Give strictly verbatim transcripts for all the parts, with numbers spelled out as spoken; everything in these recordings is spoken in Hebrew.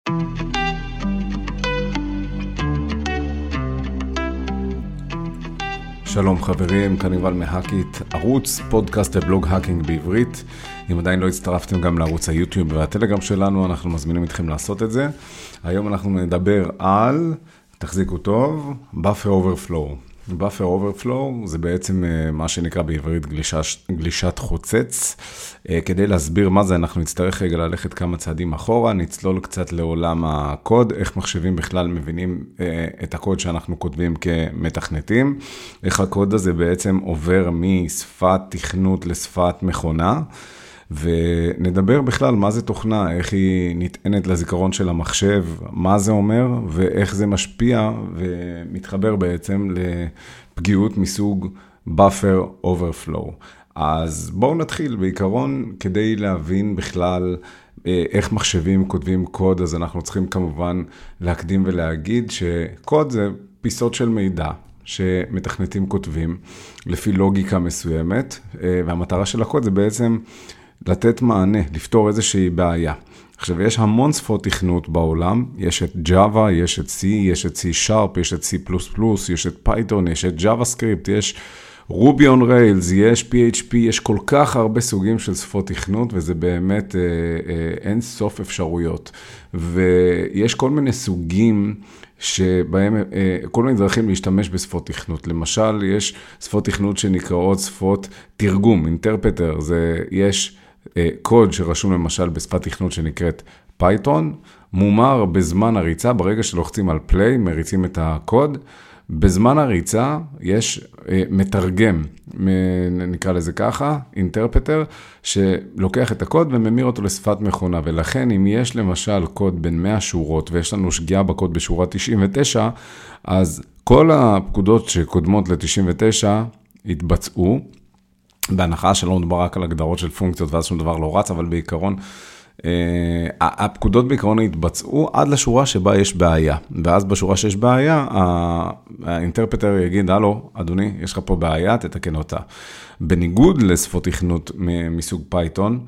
שלום חברים, כאן יובל מהאקית, ערוץ פודקאסט ובלוג האקינג בעברית. אם עדיין לא הצטרפתם גם לערוץ היוטיוב והטלגרם שלנו, אנחנו מזמינים אתכם לעשות את זה. היום אנחנו נדבר על, תחזיקו טוב, Buffer Overflow. Buffer Overflow זה בעצם מה שנקרא בעברית גלישת, גלישת חוצץ. כדי להסביר מה זה, אנחנו נצטרך רגע ללכת כמה צעדים אחורה, נצלול קצת לעולם הקוד, איך מחשבים בכלל מבינים את הקוד שאנחנו כותבים כמתכנתים, איך הקוד הזה בעצם עובר משפת תכנות לשפת מכונה, ונדבר בכלל מה זה תוכנה, איך היא נטענת לזיכרון של המחשב, מה זה אומר ואיך זה משפיע ומתחבר בעצם לפגיעות מסוג Buffer Overflow. אז בואו נתחיל. בעיקרון, כדי להבין בכלל איך מחשבים כותבים קוד, אז אנחנו צריכים כמובן להקדים ולהגיד שקוד זה פיסות של מידע שמתכנתים כותבים לפי לוגיקה מסוימת, והמטרה של הקוד זה בעצם לתת מענה, לפתור איזושהי בעיה. עכשיו, יש המון שפות תכנות בעולם, יש את Java, יש את C, יש את C-Sharp, יש את C++, יש את Python, יש את JavaScript, יש Ruby on Rails, יש P H P, יש כל כך הרבה סוגים של שפות תכנות, וזה באמת אה, אה, אין סוף אפשרויות. ויש כל מיני סוגים שבהם, אה, כל מיני דרכים להשתמש בשפות תכנות. למשל, יש שפות תכנות שנקראות שפות תרגום, interpreter, זה, יש אה, קוד שרשום למשל בשפת תכנות שנקראת Python, מומר בזמן הריצה, ברגע שלוחצים על play, מריצים את הקוד, בזמן הריצה יש אה, מתרגם, נקרא לזה ככה, אינטרפטר, שלוקח את הקוד וממיר אותו לשפת מכונה, ולכן אם יש למשל קוד בין מאה שורות, ויש לנו שגיאה בקוד בשורה תשעים ותשע, אז כל הפקודות שקודמות ל-תשעים ותשע התבצעו, בהנחה שלא מדובר רק על הגדרות של פונקציות, ואז שום דבר לא רץ, אבל בעיקרון, הפקודות בעיקרון התבצעו עד לשורה שבה יש בעיה, ואז בשורה שיש בעיה, האינטרפטר יגיד, הלו, אדוני, יש לך פה בעיה, תתקן אותה. בניגוד לשפות תכנות מסוג פייתון,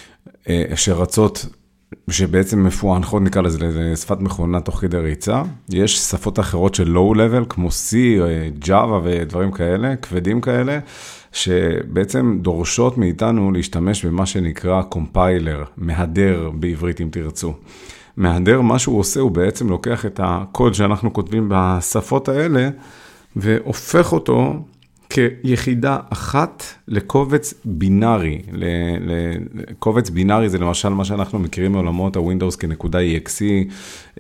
שרצות, שבעצם מפוענחות, נקרא לזה, לשפת מכונה תוך כדי ריצה, יש שפות אחרות של low level, כמו C, Java ודברים כאלה, כבדים כאלה, שבעצם דורשות מאיתנו להשתמש במה שנקרא קומפיילר, מהדר בעברית אם תרצו. מהדר, מה שהוא עושה, הוא בעצם לוקח את הקוד שאנחנו כותבים בשפות האלה, והופך אותו כיחידה אחת לקובץ בינארי. לקובץ בינארי זה למשל מה שאנחנו מכירים מעולמות ה-Windows כנקודה .exe,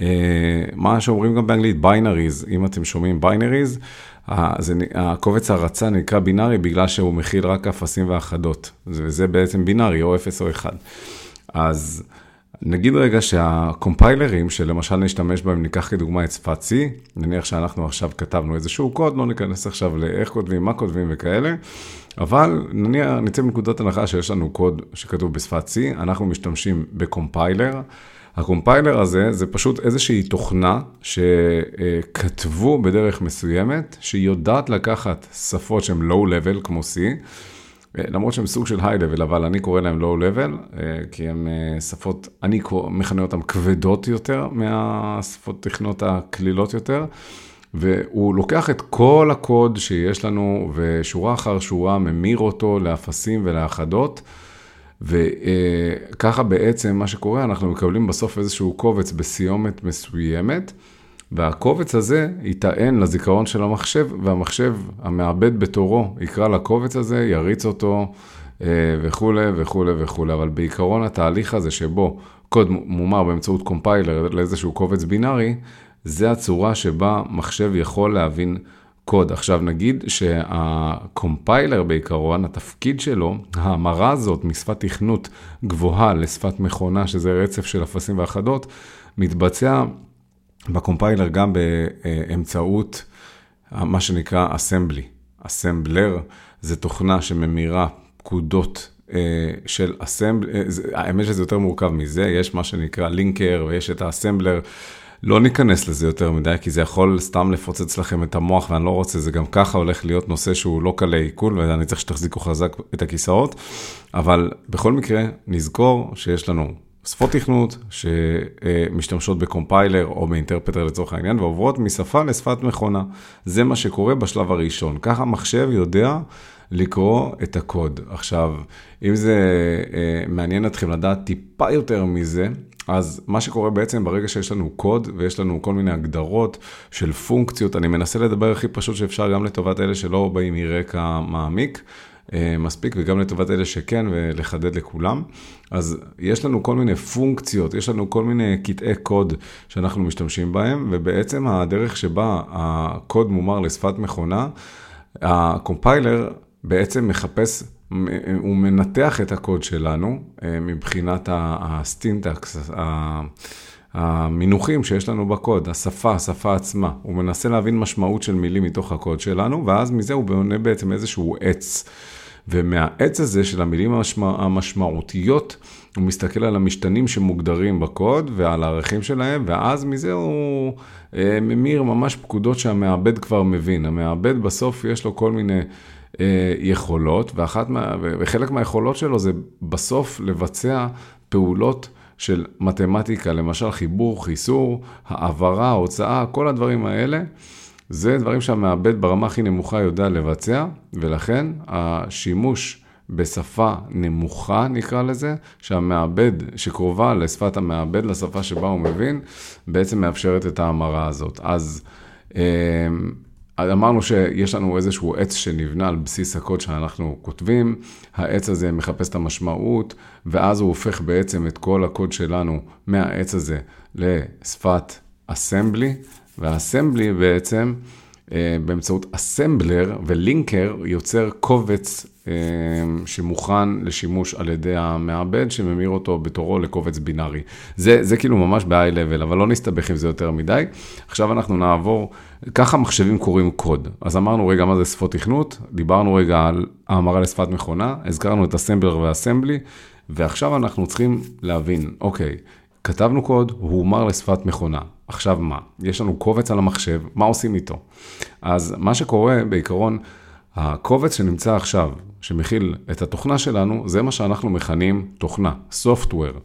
מה שאומרים גם באנגלית, binaries, אם אתם שומעים binaries, הקובץ הרצה נקרא בינארי בגלל שהוא מכיל רק אפסים ואחדות, וזה בעצם בינארי או אפס או אחד. אז נגיד רגע שהקומפיילרים שלמשל נשתמש בהם, ניקח כדוגמה את שפת C, נניח שאנחנו עכשיו כתבנו איזשהו קוד, לא ניכנס עכשיו לאיך כותבים, מה כותבים וכאלה, אבל נניח נצא מנקודת הנחה שיש לנו קוד שכתוב בשפת C, אנחנו משתמשים בקומפיילר, הקומפיילר הזה זה פשוט איזושהי תוכנה שכתבו בדרך מסוימת, שהיא יודעת לקחת שפות שהן low level כמו C, למרות שהן סוג של high level, אבל אני קורא להן low level, כי הן שפות, אני מכנה אותן כבדות יותר מהשפות תכנות הכלילות יותר, והוא לוקח את כל הקוד שיש לנו, ושורה אחר שורה ממיר אותו לאפסים ולאחדות, וככה בעצם מה שקורה, אנחנו מקבלים בסוף איזשהו קובץ בסיומת מסוימת, והקובץ הזה יטען לזיכרון של המחשב, והמחשב המעבד בתורו יקרא לקובץ הזה, יריץ אותו וכו' וכו' וכו'. אבל בעיקרון התהליך הזה שבו קוד מומר באמצעות קומפיילר לאיזשהו קובץ בינארי, זה הצורה שבה מחשב יכול להבין קוד. עכשיו נגיד שהקומפיילר בעיקרון, התפקיד שלו, ההמרה הזאת משפת תכנות גבוהה לשפת מכונה, שזה רצף של אפסים ואחדות, מתבצע בקומפיילר גם באמצעות מה שנקרא אסמבלי. אסמבלר זה תוכנה שממירה פקודות של אסמבלי, האמת שזה יותר מורכב מזה, יש מה שנקרא לינקר ויש את האסמבלר, לא ניכנס לזה יותר מדי, כי זה יכול סתם לפוצץ לכם את המוח, ואני לא רוצה, זה גם ככה הולך להיות נושא שהוא לא קל לעיכול, ואני צריך שתחזיקו חזק את הכיסאות, אבל בכל מקרה נזכור שיש לנו שפות תכנות שמשתמשות בקומפיילר או באינטרפרטר לצורך העניין, ועוברות משפה לשפת מכונה. זה מה שקורה בשלב הראשון. ככה המחשב יודע לקרוא את הקוד. עכשיו, אם זה מעניין אתכם לדעת טיפה יותר מזה, אז מה שקורה בעצם ברגע שיש לנו קוד ויש לנו כל מיני הגדרות של פונקציות, אני מנסה לדבר הכי פשוט שאפשר גם לטובת אלה שלא באים מרקע מעמיק, מספיק, וגם לטובת אלה שכן, ולחדד לכולם. אז יש לנו כל מיני פונקציות, יש לנו כל מיני קטעי קוד שאנחנו משתמשים בהם, ובעצם הדרך שבה הקוד מומר לשפת מכונה, הקומפיילר בעצם מחפש, הוא מנתח את הקוד שלנו, מבחינת הסטינטקס, המינוחים שיש לנו בקוד, השפה, השפה עצמה. הוא מנסה להבין משמעות של מילים מתוך הקוד שלנו, ואז מזה הוא בונה בעצם איזשהו עץ. ומהעץ הזה של המילים המשמע, המשמעותיות, הוא מסתכל על המשתנים שמוגדרים בקוד ועל הערכים שלהם, ואז מזה הוא אה, ממיר ממש פקודות שהמעבד כבר מבין. המעבד בסוף יש לו כל מיני אה, יכולות, ואחת מה, וחלק מהיכולות שלו זה בסוף לבצע פעולות של מתמטיקה, למשל חיבור, חיסור, העברה, ההוצאה, כל הדברים האלה, זה דברים שהמעבד ברמה הכי נמוכה יודע לבצע, ולכן השימוש בשפה נמוכה, נקרא לזה, שהמעבד, שקרובה לשפת המעבד, לשפה שבה הוא מבין, בעצם מאפשרת את ההמרה הזאת. אז אמרנו שיש לנו איזשהו עץ שנבנה על בסיס הקוד שאנחנו כותבים, העץ הזה מחפש את המשמעות, ואז הוא הופך בעצם את כל הקוד שלנו מהעץ הזה לשפת אסמבלי, והאסמבלי בעצם באמצעות אסמבלר ולינקר יוצר קובץ שמוכן לשימוש על ידי המעבד, שממיר אותו בתורו לקובץ בינארי. זה, זה כאילו ממש ב-high level, אבל לא נסתבך עם זה יותר מדי. עכשיו אנחנו נעבור, ככה מחשבים קוראים קוד. אז אמרנו רגע מה זה שפות תכנות, דיברנו רגע על ההמרה לשפת מכונה, הזכרנו את אסמבלר ואסמבלי, ועכשיו אנחנו צריכים להבין, אוקיי, כתבנו קוד, הוא הומר לשפת מכונה. עכשיו מה? יש לנו קובץ על המחשב, מה עושים איתו? אז מה שקורה בעיקרון, הקובץ שנמצא עכשיו, שמכיל את התוכנה שלנו, זה מה שאנחנו מכנים תוכנה, software.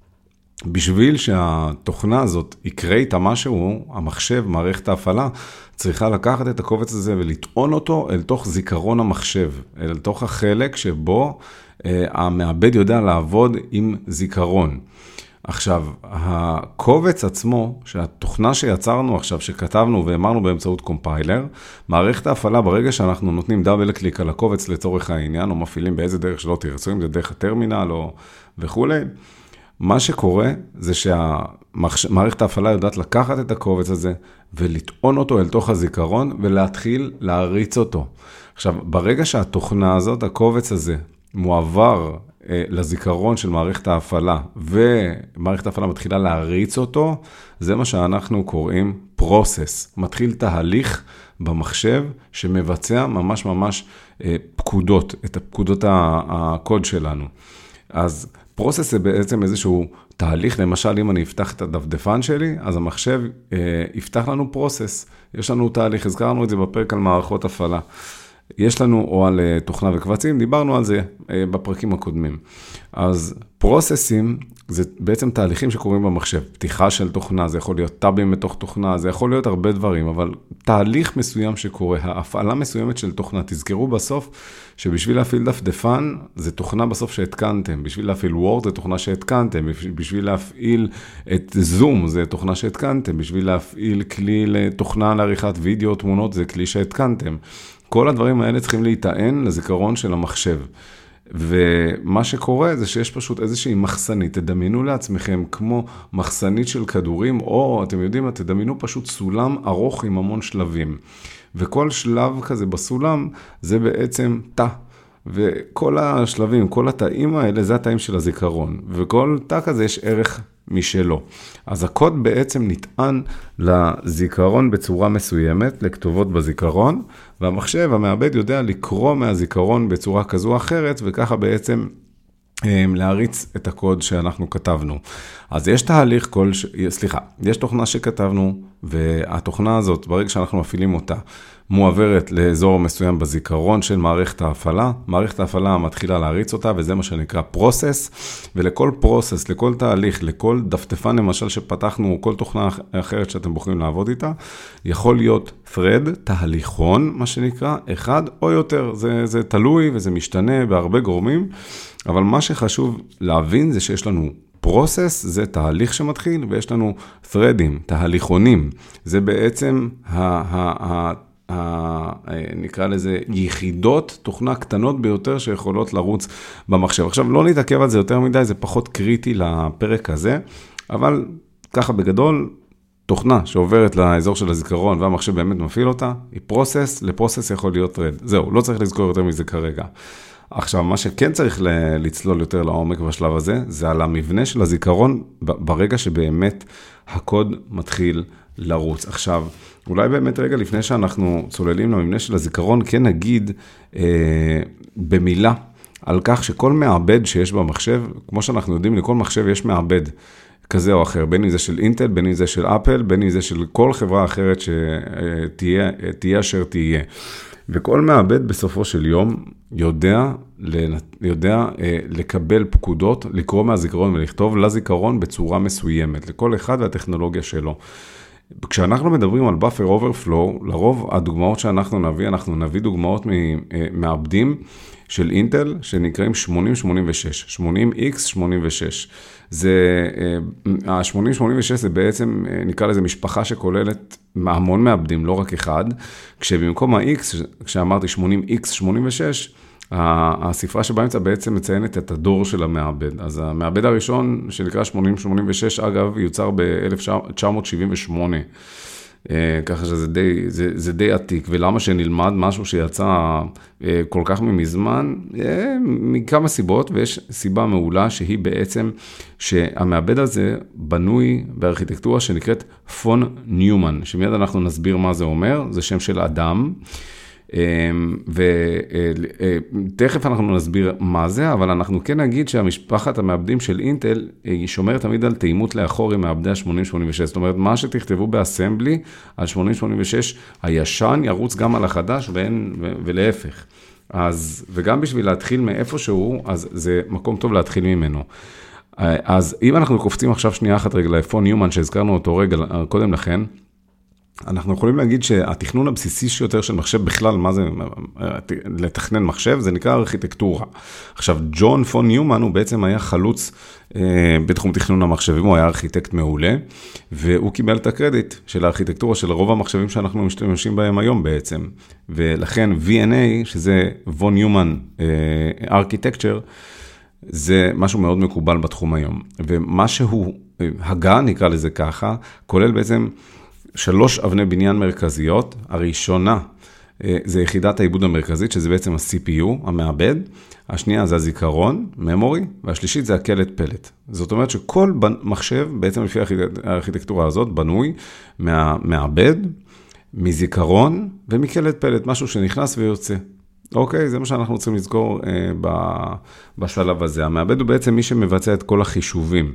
בשביל שהתוכנה הזאת יקרה איתה משהו, המחשב, מערכת ההפעלה, צריכה לקחת את הקובץ הזה ולטעון אותו אל תוך זיכרון המחשב, אל תוך החלק שבו אה, המעבד יודע לעבוד עם זיכרון. עכשיו, הקובץ עצמו, שהתוכנה שיצרנו עכשיו, שכתבנו ואמרנו באמצעות קומפיילר, מערכת ההפעלה ברגע שאנחנו נותנים דאבל קליק על הקובץ לצורך העניין, או מפעילים באיזה דרך שלא תרצו, אם זה דרך הטרמינל או וכו', מה שקורה זה שהמערכת ההפעלה יודעת לקחת את הקובץ הזה, ולטעון אותו אל תוך הזיכרון, ולהתחיל להריץ אותו. עכשיו, ברגע שהתוכנה הזאת, הקובץ הזה, מועבר לזיכרון של מערכת ההפעלה, ומערכת ההפעלה מתחילה להריץ אותו, זה מה שאנחנו קוראים פרוסס. מתחיל תהליך במחשב שמבצע ממש ממש פקודות, את הפקודות הקוד שלנו. אז פרוסס זה בעצם איזשהו תהליך, למשל אם אני אפתח את הדפדפן שלי, אז המחשב יפתח לנו פרוסס. יש לנו תהליך, הזכרנו את זה בפרק על מערכות הפעלה. יש לנו או על תוכנה וקבצים, דיברנו על זה בפרקים הקודמים. אז פרוססים זה בעצם תהליכים שקורים במחשב. פתיחה של תוכנה, זה יכול להיות טאבים בתוך תוכנה, זה יכול להיות הרבה דברים, אבל תהליך מסוים שקורה, ההפעלה מסוימת של תוכנה, תזכרו בסוף שבשביל להפעיל דפדפן, זה תוכנה בסוף שהתקנתם, בשביל להפעיל וורד זה תוכנה שהתקנתם, בשביל להפעיל את זום זה תוכנה שהתקנתם, בשביל להפעיל כלי לתוכנה לעריכת וידאו, תמונות זה כלי שהתקנתם. כל הדברים האלה צריכים להיטען לזיכרון של המחשב. ומה שקורה זה שיש פשוט איזושהי מחסנית, תדמיינו לעצמכם כמו מחסנית של כדורים, או אתם יודעים, תדמיינו פשוט סולם ארוך עם המון שלבים. וכל שלב כזה בסולם זה בעצם תא. וכל השלבים, כל התאים האלה זה התאים של הזיכרון. וכל תא כזה יש ערך משלו. אז הקוד בעצם נטען לזיכרון בצורה מסוימת, לכתובות בזיכרון, והמחשב, המעבד יודע לקרוא מהזיכרון בצורה כזו או אחרת, וככה בעצם להריץ את הקוד שאנחנו כתבנו. אז יש תהליך כל, ש... סליחה, יש תוכנה שכתבנו, והתוכנה הזאת, ברגע שאנחנו מפעילים אותה, מועברת לאזור מסוים בזיכרון של מערכת ההפעלה. מערכת ההפעלה מתחילה להריץ אותה, וזה מה שנקרא פרוסס, ולכל פרוסס, לכל תהליך, לכל דפדפן למשל שפתחנו, או כל תוכנה אחרת שאתם בוחרים לעבוד איתה, יכול להיות thread, תהליכון, מה שנקרא, אחד או יותר. זה, זה תלוי וזה משתנה בהרבה גורמים, אבל מה שחשוב להבין זה שיש לנו פרוסס, זה תהליך שמתחיל, ויש לנו threadים, תהליכונים. זה בעצם ה... ה, ה ה, נקרא לזה יחידות תוכנה קטנות ביותר שיכולות לרוץ במחשב. עכשיו, לא נתעכב על זה יותר מדי, זה פחות קריטי לפרק הזה, אבל ככה בגדול, תוכנה שעוברת לאזור של הזיכרון והמחשב באמת מפעיל אותה, היא פרוסס, לפרוסס יכול להיות thread. זהו, לא צריך לזכור יותר מזה כרגע. עכשיו, מה שכן צריך לצלול יותר לעומק בשלב הזה, זה על המבנה של הזיכרון ברגע שבאמת הקוד מתחיל לרוץ. עכשיו, אולי באמת רגע לפני שאנחנו צוללים למבנה של הזיכרון, כן נגיד אה, במילה על כך שכל מעבד שיש במחשב, כמו שאנחנו יודעים, לכל מחשב יש מעבד כזה או אחר, בין אם זה של אינטל, בין אם זה של אפל, בין אם זה של כל חברה אחרת שתהיה, תהיה אשר תהיה. וכל מעבד בסופו של יום יודע, יודע לקבל פקודות, לקרוא מהזיכרון ולכתוב לזיכרון בצורה מסוימת, לכל אחד והטכנולוגיה שלו. כשאנחנו מדברים על buffer overflow, לרוב הדוגמאות שאנחנו נביא, אנחנו נביא דוגמאות ממעבדים של אינטל שנקראים שמונים שמונים ושש, שמונים אקס שמונים ושש. זה, ה-שמונים שמונים ושש זה בעצם, נקרא לזה משפחה שכוללת המון מעבדים, לא רק אחד, כשבמקום ה-X, כשאמרתי שמונים אקס שמונים ושש, הספרה שבאמצע בעצם מציינת את הדור של המעבד. אז המעבד הראשון שנקרא שמונים שמונים ושש, אגב, יוצר ב-אלף תשע מאות שבעים ושמונה. ככה שזה די, זה, זה די עתיק, ולמה שנלמד משהו שיצא כל כך ממזמן, מכמה סיבות, ויש סיבה מעולה שהיא בעצם שהמעבד הזה בנוי בארכיטקטורה שנקראת פון ניומן, שמיד אנחנו נסביר מה זה אומר, זה שם של אדם, ותכף אנחנו נסביר מה זה, אבל אנחנו כן נגיד שהמשפחת המעבדים של אינטל היא שומרת תמיד על תאימות לאחור עם מעבדי ה-שמונים שמונים ושש, זאת אומרת מה שתכתבו באסמבלי על שמונים שמונים ושש הישן ירוץ גם על החדש ולהפך. אז וגם בשביל להתחיל מאיפשהו, אז זה מקום טוב להתחיל ממנו. אז אם אנחנו קופצים עכשיו שנייה אחת רגע לפון ניומן שהזכרנו אותו רגע קודם לכן, אנחנו יכולים להגיד שהתכנון הבסיסי שיותר של מחשב בכלל, מה זה לתכנן מחשב, זה נקרא ארכיטקטורה. עכשיו, ג'ון פון ניומן הוא בעצם היה חלוץ אה, בתחום תכנון המחשבים, הוא היה ארכיטקט מעולה, והוא קיבל את הקרדיט של הארכיטקטורה של רוב המחשבים שאנחנו משתמשים בהם היום בעצם. ולכן וי אן איי, שזה וון ניומן ארכיטקצ'ר, זה משהו מאוד מקובל בתחום היום. ומה שהוא הגה, נקרא לזה ככה, כולל בעצם שלוש אבני בניין מרכזיות. הראשונה זה יחידת העיבוד המרכזית, שזה בעצם ה-סי פי יו, המעבד. השנייה זה הזיכרון, memory, והשלישית זה הקלט פלט. זאת אומרת שכל מחשב, בעצם לפי הארכיטקטורה הזאת, בנוי מהמעבד, מזיכרון ומקלט פלט, משהו שנכנס ויוצא. אוקיי, זה מה שאנחנו צריכים לזכור בשלב הזה. המעבד הוא בעצם מי שמבצע את כל החישובים.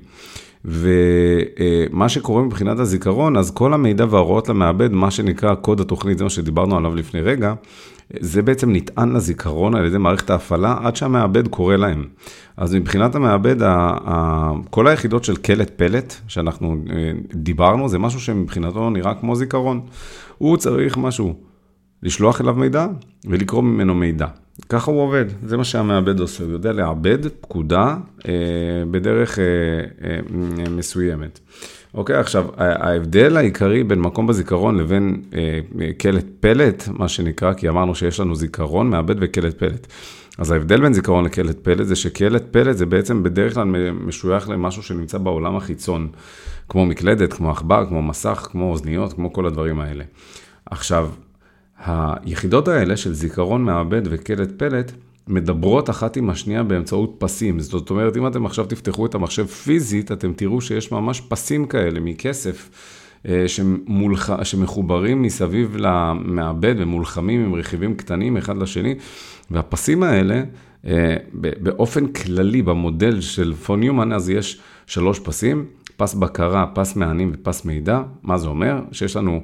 ומה שקורה מבחינת הזיכרון, אז כל המידע וההוראות למעבד, מה שנקרא קוד התוכנית, זה מה שדיברנו עליו לפני רגע, זה בעצם נטען לזיכרון על ידי מערכת ההפעלה, עד שהמעבד קורא להם. אז מבחינת המעבד, כל היחידות של קלט פלט, שאנחנו דיברנו, זה משהו שמבחינתו נראה כמו זיכרון. הוא צריך משהו, לשלוח אליו מידע ולקרוא ממנו מידע. ככה הוא עובד, זה מה שהמעבד עושה, הוא יודע לעבד פקודה אה, בדרך אה, אה, מסוימת. אוקיי, עכשיו, ההבדל העיקרי בין מקום בזיכרון לבין אה, קלט פלט, מה שנקרא, כי אמרנו שיש לנו זיכרון, מעבד וקלט פלט. אז ההבדל בין זיכרון לקלט פלט זה שקלט פלט זה בעצם בדרך כלל משוייך למשהו שנמצא בעולם החיצון, כמו מקלדת, כמו עכבר, כמו מסך, כמו אוזניות, כמו כל הדברים האלה. עכשיו, היחידות האלה של זיכרון מעבד וקלט פלט מדברות אחת עם השנייה באמצעות פסים. זאת אומרת, אם אתם עכשיו תפתחו את המחשב פיזית, אתם תראו שיש ממש פסים כאלה מכסף שמולח... שמחוברים מסביב למעבד ומולחמים עם רכיבים קטנים אחד לשני, והפסים האלה באופן כללי, במודל של פון ניומן, אז יש שלוש פסים, פס בקרה, פס מענים ופס מידע. מה זה אומר? שיש לנו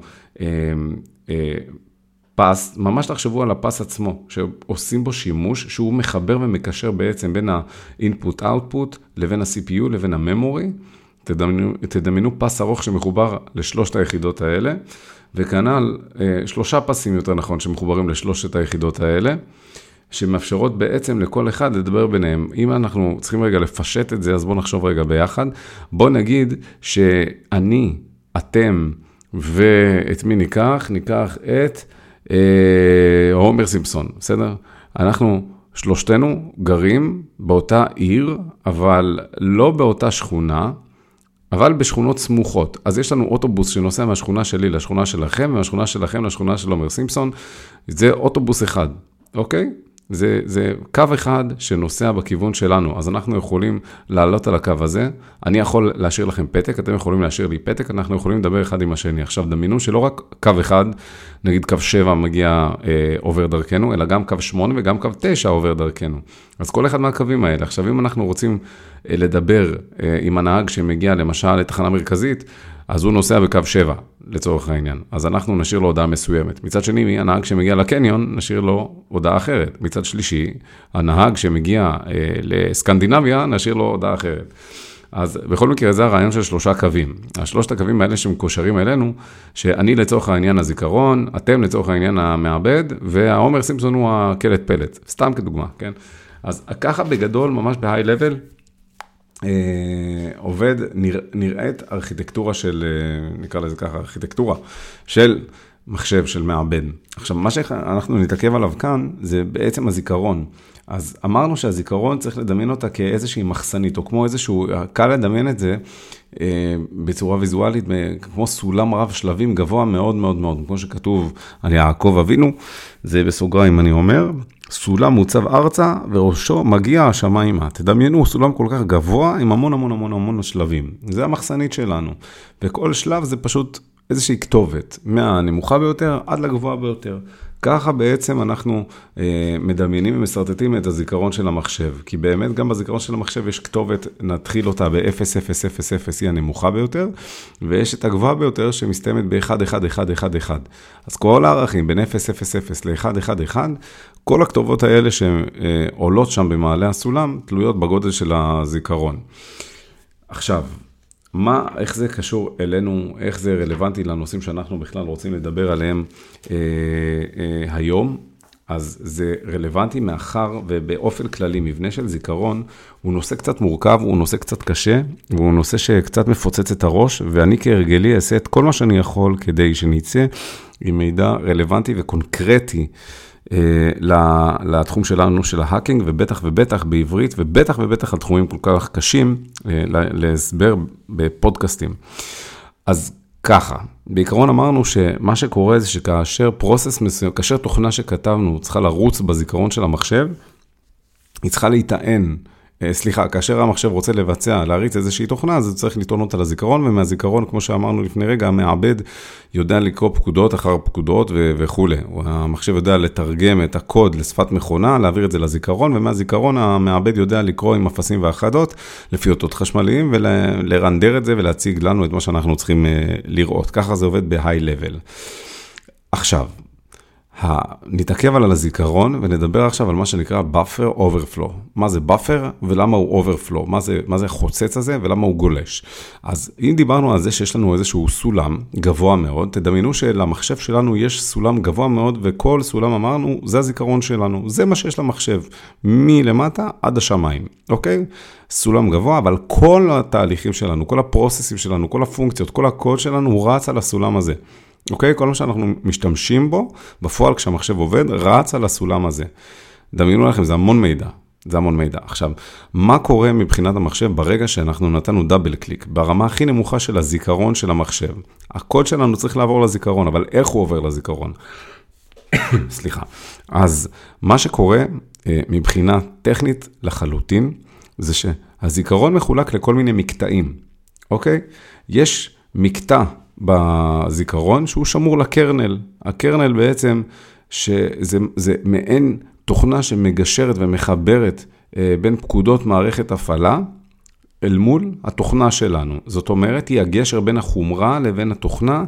פס, ממש תחשבו על הפס עצמו, שעושים בו שימוש, שהוא מחבר ומקשר בעצם בין ה-input-output לבין ה-סי פי יו לבין הממורי. תדמיינו, תדמיינו פס ארוך שמחובר לשלושת היחידות האלה, וכנ"ל שלושה פסים יותר נכון שמחוברים לשלושת היחידות האלה, שמאפשרות בעצם לכל אחד לדבר ביניהם. אם אנחנו צריכים רגע לפשט את זה, אז בואו נחשוב רגע ביחד. בואו נגיד שאני, אתם, ואת מי ניקח? ניקח את אה, הומר סימפסון, בסדר? אנחנו שלושתנו גרים באותה עיר, אבל לא באותה שכונה, אבל בשכונות סמוכות. אז יש לנו אוטובוס שנוסע מהשכונה שלי לשכונה שלכם, ומהשכונה שלכם לשכונה של הומר סימפסון. זה אוטובוס אחד, אוקיי? זה, זה קו אחד שנוסע בכיוון שלנו, אז אנחנו יכולים לעלות על הקו הזה, אני יכול להשאיר לכם פתק, אתם יכולים להשאיר לי פתק, אנחנו יכולים לדבר אחד עם השני. עכשיו דמיינו שלא רק קו אחד, נגיד קו שבע מגיע אה, עובר דרכנו, אלא גם קו שמונה וגם קו תשע עובר דרכנו. אז כל אחד מהקווים האלה. עכשיו אם אנחנו רוצים אה, לדבר אה, עם הנהג שמגיע למשל לתחנה מרכזית, אז הוא נוסע בקו שבע, לצורך העניין. אז אנחנו נשאיר לו הודעה מסוימת. מצד שני, הנהג שמגיע לקניון, נשאיר לו הודעה אחרת. מצד שלישי, הנהג שמגיע אה, לסקנדינביה, נשאיר לו הודעה אחרת. אז בכל מקרה, זה הרעיון של שלושה קווים. השלושת הקווים האלה שמקושרים אלינו, שאני לצורך העניין הזיכרון, אתם לצורך העניין המעבד, וההומר סימפסון הוא הקלט פלט. סתם כדוגמה, כן? אז ככה בגדול, ממש בהיי לבל, עובד, נראית ארכיטקטורה של, נקרא לזה ככה, ארכיטקטורה של מחשב, של מעבד. עכשיו, מה שאנחנו נתעכב עליו כאן, זה בעצם הזיכרון. אז אמרנו שהזיכרון צריך לדמיין אותה כאיזושהי מחסנית, או כמו איזשהו, קל לדמיין את זה בצורה ויזואלית, כמו סולם רב שלבים גבוה מאוד מאוד מאוד, כמו שכתוב על יעקב אבינו, זה בסוגריים אני אומר, סולם מוצב ארצה וראשו מגיע השמיימה. תדמיינו סולם כל כך גבוה עם המון המון המון המון שלבים. זה המחסנית שלנו. וכל שלב זה פשוט איזושהי כתובת, מהנמוכה ביותר עד לגבוהה ביותר. ככה בעצם אנחנו אה, מדמיינים ומסרטטים את הזיכרון של המחשב. כי באמת גם בזיכרון של המחשב יש כתובת, נתחיל אותה ב-אפס אפס אפס אפס, היא הנמוכה ביותר, ויש את הגבוהה ביותר שמסתיימת ב-אחת אחת אחת אחת אחת. אז כל הערכים בין אפס אפס אפס ל-אחת אחת אחת, כל הכתובות האלה שעולות שם במעלה הסולם, תלויות בגודל של הזיכרון. עכשיו, מה, איך זה קשור אלינו, איך זה רלוונטי לנושאים שאנחנו בכלל רוצים לדבר עליהם אה, אה, היום? אז זה רלוונטי מאחר ובאופן כללי מבנה של זיכרון הוא נושא קצת מורכב, הוא נושא קצת קשה, והוא נושא שקצת מפוצץ את הראש, ואני כהרגלי אעשה את כל מה שאני יכול כדי שניצא עם מידע רלוונטי וקונקרטי לתחום שלנו של ההאקינג, ובטח ובטח בעברית, ובטח ובטח על תחומים כל כך קשים להסבר בפודקאסטים. אז ככה, בעיקרון אמרנו שמה שקורה זה שכאשר פרוסס מסוים, כאשר תוכנה שכתבנו צריכה לרוץ בזיכרון של המחשב, היא צריכה להיטען, סליחה, כאשר המחשב רוצה לבצע, להריץ איזושהי תוכנה, אז צריך לטעון אותה לזיכרון, ומהזיכרון, כמו שאמרנו לפני רגע, המעבד יודע לקרוא פקודות אחר פקודות וכו'. המחשב יודע לתרגם את הקוד לשפת מכונה, להעביר את זה לזיכרון, ומהזיכרון המעבד יודע לקרוא עם אפסים ואחדות, לפי אותות חשמליים, ולרנדר את זה ולהציג לנו את מה שאנחנו צריכים לראות. ככה זה עובד בהיי לבל. עכשיו, נתעכב על הזיכרון ונדבר עכשיו על מה שנקרא buffer overflow. מה זה buffer ולמה הוא overflow? מה זה, מה זה חוצץ הזה ולמה הוא גולש? אז אם דיברנו על זה שיש לנו איזשהו סולם גבוה מאוד, תדמיינו שלמחשב שלנו יש סולם גבוה מאוד, וכל סולם אמרנו זה הזיכרון שלנו. זה מה שיש למחשב, מלמטה עד השמיים, אוקיי? סולם גבוה, אבל כל התהליכים שלנו, כל הפרוססים שלנו, כל הפונקציות, כל הקוד שלנו הוא רץ על הסולם הזה. אוקיי? כל מה שאנחנו משתמשים בו, בפועל כשהמחשב עובד, רץ על הסולם הזה. דמיינו לכם, זה המון מידע. זה המון מידע. עכשיו, מה קורה מבחינת המחשב ברגע שאנחנו נתנו דאבל קליק? ברמה הכי נמוכה של הזיכרון של המחשב. הקוד שלנו צריך לעבור לזיכרון, אבל איך הוא עובר לזיכרון? סליחה. אז מה שקורה מבחינה טכנית לחלוטין, זה שהזיכרון מחולק לכל מיני מקטעים. אוקיי? יש מקטע בזיכרון שהוא שמור לקרנל. הקרנל בעצם שזה זה מעין תוכנה שמגשרת ומחברת בין פקודות מערכת הפעלה, אל מול התוכנה שלנו. זאת אומרת, היא הגשר בין החומרה לבין התוכנה.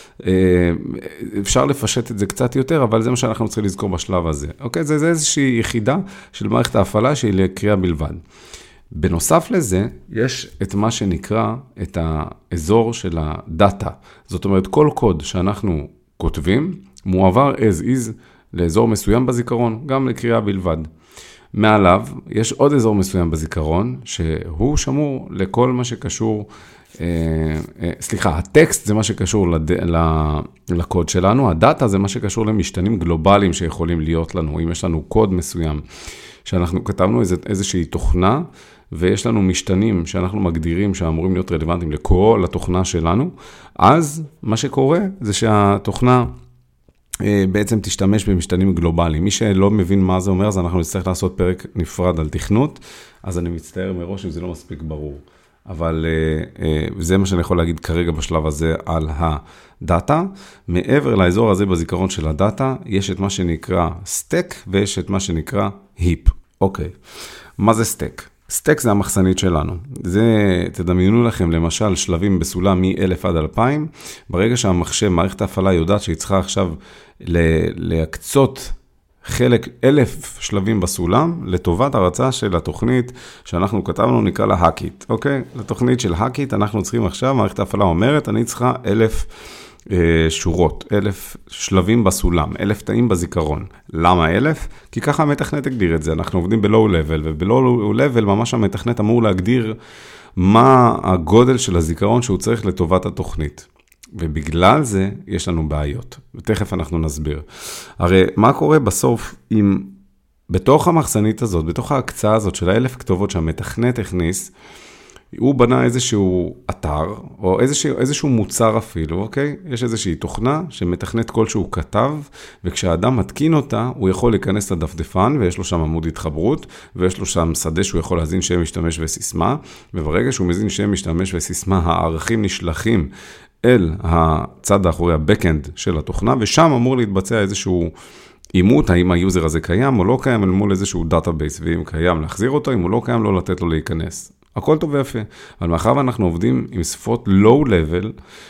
אפשר לפשט את זה קצת יותר, אבל זה מה שאנחנו צריכים לזכור בשלב הזה. אוקיי? זה, זה איזושהי יחידה של מערכת ההפעלה שהיא לקריאה בלבד. בנוסף לזה, יש את מה שנקרא את האזור של הדאטה. זאת אומרת, כל קוד שאנחנו כותבים, מועבר as is לאזור מסוים בזיכרון, גם לקריאה בלבד. מעליו, יש עוד אזור מסוים בזיכרון, שהוא שמור לכל מה שקשור, אה, אה, סליחה, הטקסט זה מה שקשור לד... לקוד שלנו, הדאטה זה מה שקשור למשתנים גלובליים שיכולים להיות לנו, אם יש לנו קוד מסוים, שאנחנו כתבנו איז, איזושהי תוכנה, ויש לנו משתנים שאנחנו מגדירים שאמורים להיות רלוונטיים לכל התוכנה שלנו, אז מה שקורה זה שהתוכנה בעצם תשתמש במשתנים גלובליים. מי שלא מבין מה זה אומר, אז אנחנו נצטרך לעשות פרק נפרד על תכנות, אז אני מצטער מראש אם זה לא מספיק ברור. אבל זה מה שאני יכול להגיד כרגע בשלב הזה על הדאטה. מעבר לאזור הזה בזיכרון של הדאטה, יש את מה שנקרא סטק, ויש את מה שנקרא היפ. אוקיי, מה זה סטק? סטק זה המחסנית שלנו. זה, תדמיינו לכם, למשל, שלבים בסולם מ-אלף עד אלפיים. ברגע שהמחשב, מערכת ההפעלה יודעת שהיא צריכה עכשיו להקצות חלק אלף שלבים בסולם, לטובת הרצה של התוכנית שאנחנו כתבנו, נקרא לה האקיט. אוקיי? לתוכנית של האקיט אנחנו צריכים עכשיו, מערכת ההפעלה אומרת, אני צריכה אלף שורות, אלף שלבים בסולם, אלף תאים בזיכרון. למה אלף? כי ככה המתכנת הגדיר את זה. אנחנו עובדים בלואו לבל, ובלואו לבל ממש המתכנת אמור להגדיר מה הגודל של הזיכרון שהוא צריך לטובת התוכנית. ובגלל זה יש לנו בעיות. ותכף אנחנו נסביר. הרי מה קורה בסוף אם בתוך המחסנית הזאת, בתוך ההקצאה הזאת של האלף כתובות שהמתכנת הכניס, הוא בנה איזשהו אתר, או איזשהו, איזשהו מוצר אפילו, אוקיי? יש איזושהי תוכנה שמתכנת כלשהו כתב, וכשהאדם מתקין אותה, הוא יכול להיכנס לדפדפן, ויש לו שם עמוד התחברות, ויש לו שם שדה שהוא יכול להזין שם משתמש וסיסמה, וברגע שהוא מזין שם משתמש וסיסמה, הערכים נשלחים אל הצד האחורי, הבקאנד של התוכנה, ושם אמור להתבצע איזשהו אימות, האם היוזר הזה קיים או לא קיים, אל מול איזשהו דאטאבייס, ואם קיים להחזיר אותו, אם הוא לא קיים לא לתת לו להיכנס. הכל טוב ויפה, אבל מאחר ואנחנו עובדים עם שפות low level,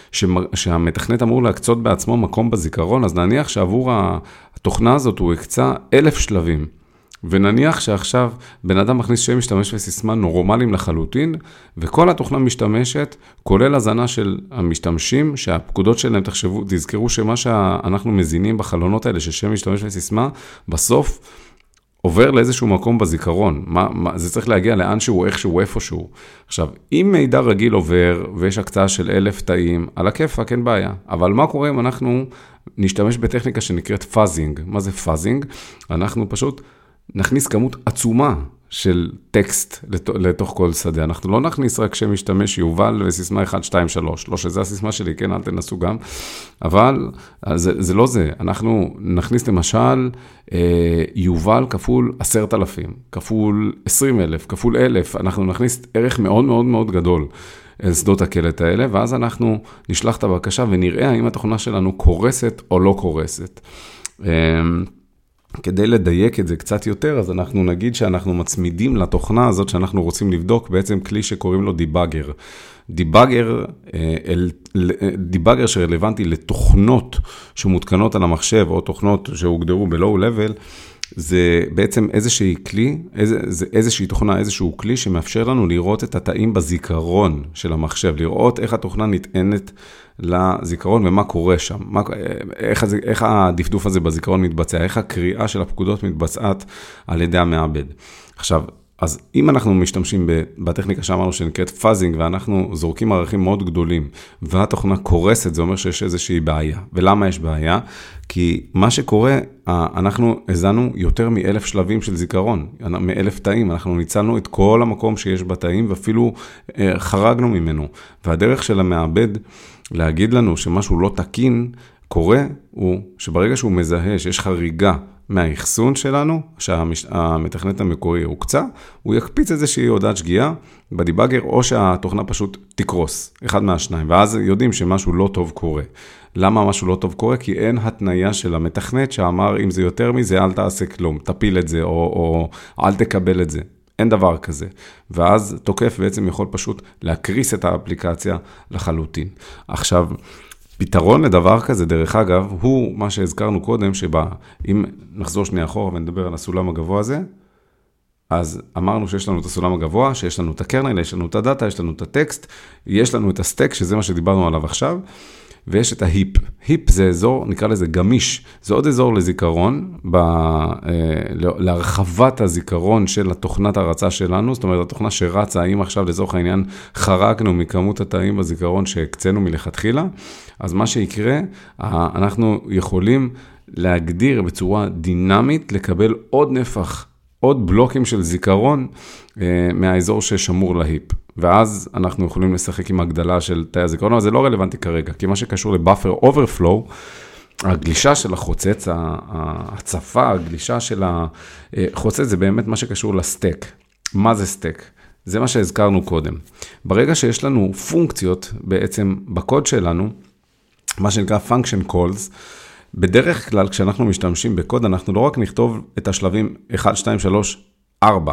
שהמתכנת אמור להקצות בעצמו מקום בזיכרון, אז נניח שעבור התוכנה הזאת הוא הקצה אלף שלבים, ונניח שעכשיו בן אדם מכניס שם משתמש וסיסמה נורמליים לחלוטין, וכל התוכנה משתמשת, כולל הזנה של המשתמשים, שהפקודות שלהם, תחשבו, תזכרו שמה שאנחנו מזינים בחלונות האלה, ששם משתמש וסיסמה, בסוף עובר לאיזשהו מקום בזיכרון. מה, מה, זה צריך להגיע לאן שהוא, איכשהו, איפשהו. עכשיו, אם מידע רגיל עובר, ויש הקצאה של אלף תאים, על הכיפק, אין בעיה. אבל מה קורה אם אנחנו נשתמש בטכניקה שנקראת פאזינג? מה זה פאזינג? אנחנו פשוט נכניס כמות עצומה של טקסט לתוך כל שדה. אנחנו לא נכניס רק שם משתמש יובל וסיסמה אחת, שתיים, שלוש. לא שזה הסיסמה שלי, כן, אל תנסו גם. אבל זה, זה לא זה. אנחנו נכניס למשל יובל כפול עשרת אלפים, כפול עשרים אלף, כפול אלף. אנחנו נכניס ערך מאוד מאוד מאוד גדול אל שדות הקלט האלה, ואז אנחנו נשלח את הבקשה ונראה האם התוכנה שלנו קורסת או לא קורסת. כדי לדייק את זה קצת יותר, אז אנחנו נגיד שאנחנו מצמידים לתוכנה הזאת שאנחנו רוצים לבדוק, בעצם כלי שקוראים לו דיבאגר. דיבאגר, דיבאגר שרלוונטי לתוכנות שמותקנות על המחשב, או תוכנות שהוגדרו בלואו לבל, זה בעצם איזושהי כלי, איז, איזושהי תוכנה, איזשהו כלי שמאפשר לנו לראות את התאים בזיכרון של המחשב, לראות איך התוכנה נטענת לזיכרון ומה קורה שם, מה, איך, איך הדפדוף הזה בזיכרון מתבצע, איך הקריאה של הפקודות מתבצעת על ידי המעבד. עכשיו, אז אם אנחנו משתמשים בטכניקה שאמרנו שנקראת פאזינג, ואנחנו זורקים ערכים מאוד גדולים, והתוכנה קורסת, זה אומר שיש איזושהי בעיה. ולמה יש בעיה? כי מה שקורה, אנחנו הזנו יותר מאלף שלבים של זיכרון, מאלף תאים, אנחנו ניצלנו את כל המקום שיש בתאים, ואפילו חרגנו ממנו. והדרך של המעבד להגיד לנו שמשהו לא תקין, קורה הוא שברגע שהוא מזהה שיש חריגה מהאחסון שלנו, שהמתכנת המקורי הוקצה, הוא יקפיץ איזושהי הודעת שגיאה בדיבאגר, או שהתוכנה פשוט תקרוס, אחד מהשניים, ואז יודעים שמשהו לא טוב קורה. למה משהו לא טוב קורה? כי אין התניה של המתכנת שאמר, אם זה יותר מזה, אל תעשה כלום, תפיל את זה, או, או אל תקבל את זה. אין דבר כזה. ואז תוקף בעצם יכול פשוט להקריס את האפליקציה לחלוטין. עכשיו, פתרון לדבר כזה, דרך אגב, הוא מה שהזכרנו קודם, שבה, אם נחזור שנייה אחורה ונדבר על הסולם הגבוה הזה, אז אמרנו שיש לנו את הסולם הגבוה, שיש לנו את הקרנל, יש לנו את הדאטה, יש לנו את הטקסט, יש לנו את הסטק, שזה מה שדיברנו עליו עכשיו, ויש את ההיפ. היפ זה אזור, נקרא לזה גמיש, זה עוד אזור לזיכרון, ב, אה, להרחבת הזיכרון של התוכנת הרצה שלנו, זאת אומרת, התוכנה שרצה, האם עכשיו לזוך העניין חרקנו מכמות התאים בזיכרון שהקצנו מלכתחילה, אז מה שיקרה, אנחנו יכולים להגדיר בצורה דינמית, לקבל עוד נפח, עוד בלוקים של זיכרון אה, מהאזור ששמור להיפ. ואז אנחנו יכולים לשחק עם הגדלה של תאי הזיכרון, אבל זה לא רלוונטי כרגע, כי מה שקשור לבאפר אוברפלואו, הגלישה של החוצץ, הצפה, הגלישה של החוצץ, זה באמת מה שקשור לסטק. מה זה סטק? זה מה שהזכרנו קודם. ברגע שיש לנו פונקציות בעצם בקוד שלנו, מה שנקרא function calls, בדרך כלל כשאנחנו משתמשים בקוד, אנחנו לא רק נכתוב את השלבים אחת, שתיים, שלוש, ארבע.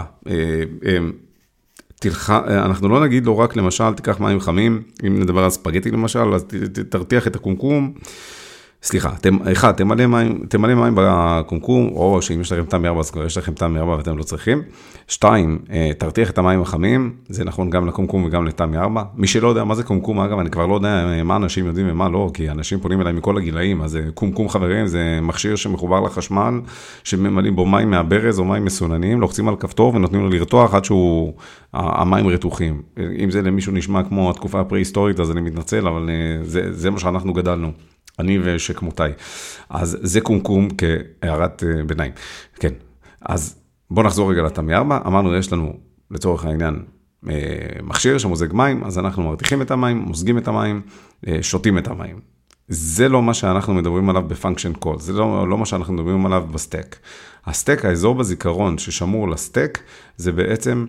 אנחנו לא נגיד לו רק למשל, תיקח מים חמים, אם נדבר על ספגטי למשל, אז תרתיח את הקומקום, סליחה, אחד, תמלא מים, תמלא מים בקומקום, או שאם יש לכם טעם מארבע, אז כבר יש לכם טעם מארבע ואתם לא צריכים. שתיים, תרתיח את המים החמים, זה נכון גם לקומקום וגם לטעם מארבע. מי שלא יודע מה זה קומקום, אגב, אני כבר לא יודע מה אנשים יודעים ומה לא, כי אנשים פונים אליי מכל הגילאים, אז קומקום חברים, זה מכשיר שמחובר לחשמל, שממלאים בו מים מהברז או מים מסוננים, לוחצים על כפתור ונותנים לו לרתוח עד שהוא, המים רתוחים. אם זה למישהו נשמע כמו התקופה הפרה-היסטורית, אז אני מתנצל, אבל זה, זה מה שאנחנו גדלנו. אני ושכמותיי. אז זה קומקום כהערת ביניים. כן, אז בואו נחזור רגע לתמי ארבע. אמרנו, יש לנו לצורך העניין מכשיר שמוזג מים, אז אנחנו מרתיחים את המים, מוזגים את המים, שותים את המים. זה לא מה שאנחנו מדברים עליו בפונקשן קול, זה לא, לא מה שאנחנו מדברים עליו בסטק. הסטק, האזור בזיכרון ששמור לסטק, זה בעצם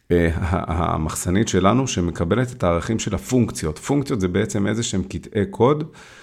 המחסנית שלנו שמקבלת את הערכים של הפונקציות. פונקציות זה בעצם איזה שהם קטעי קוד,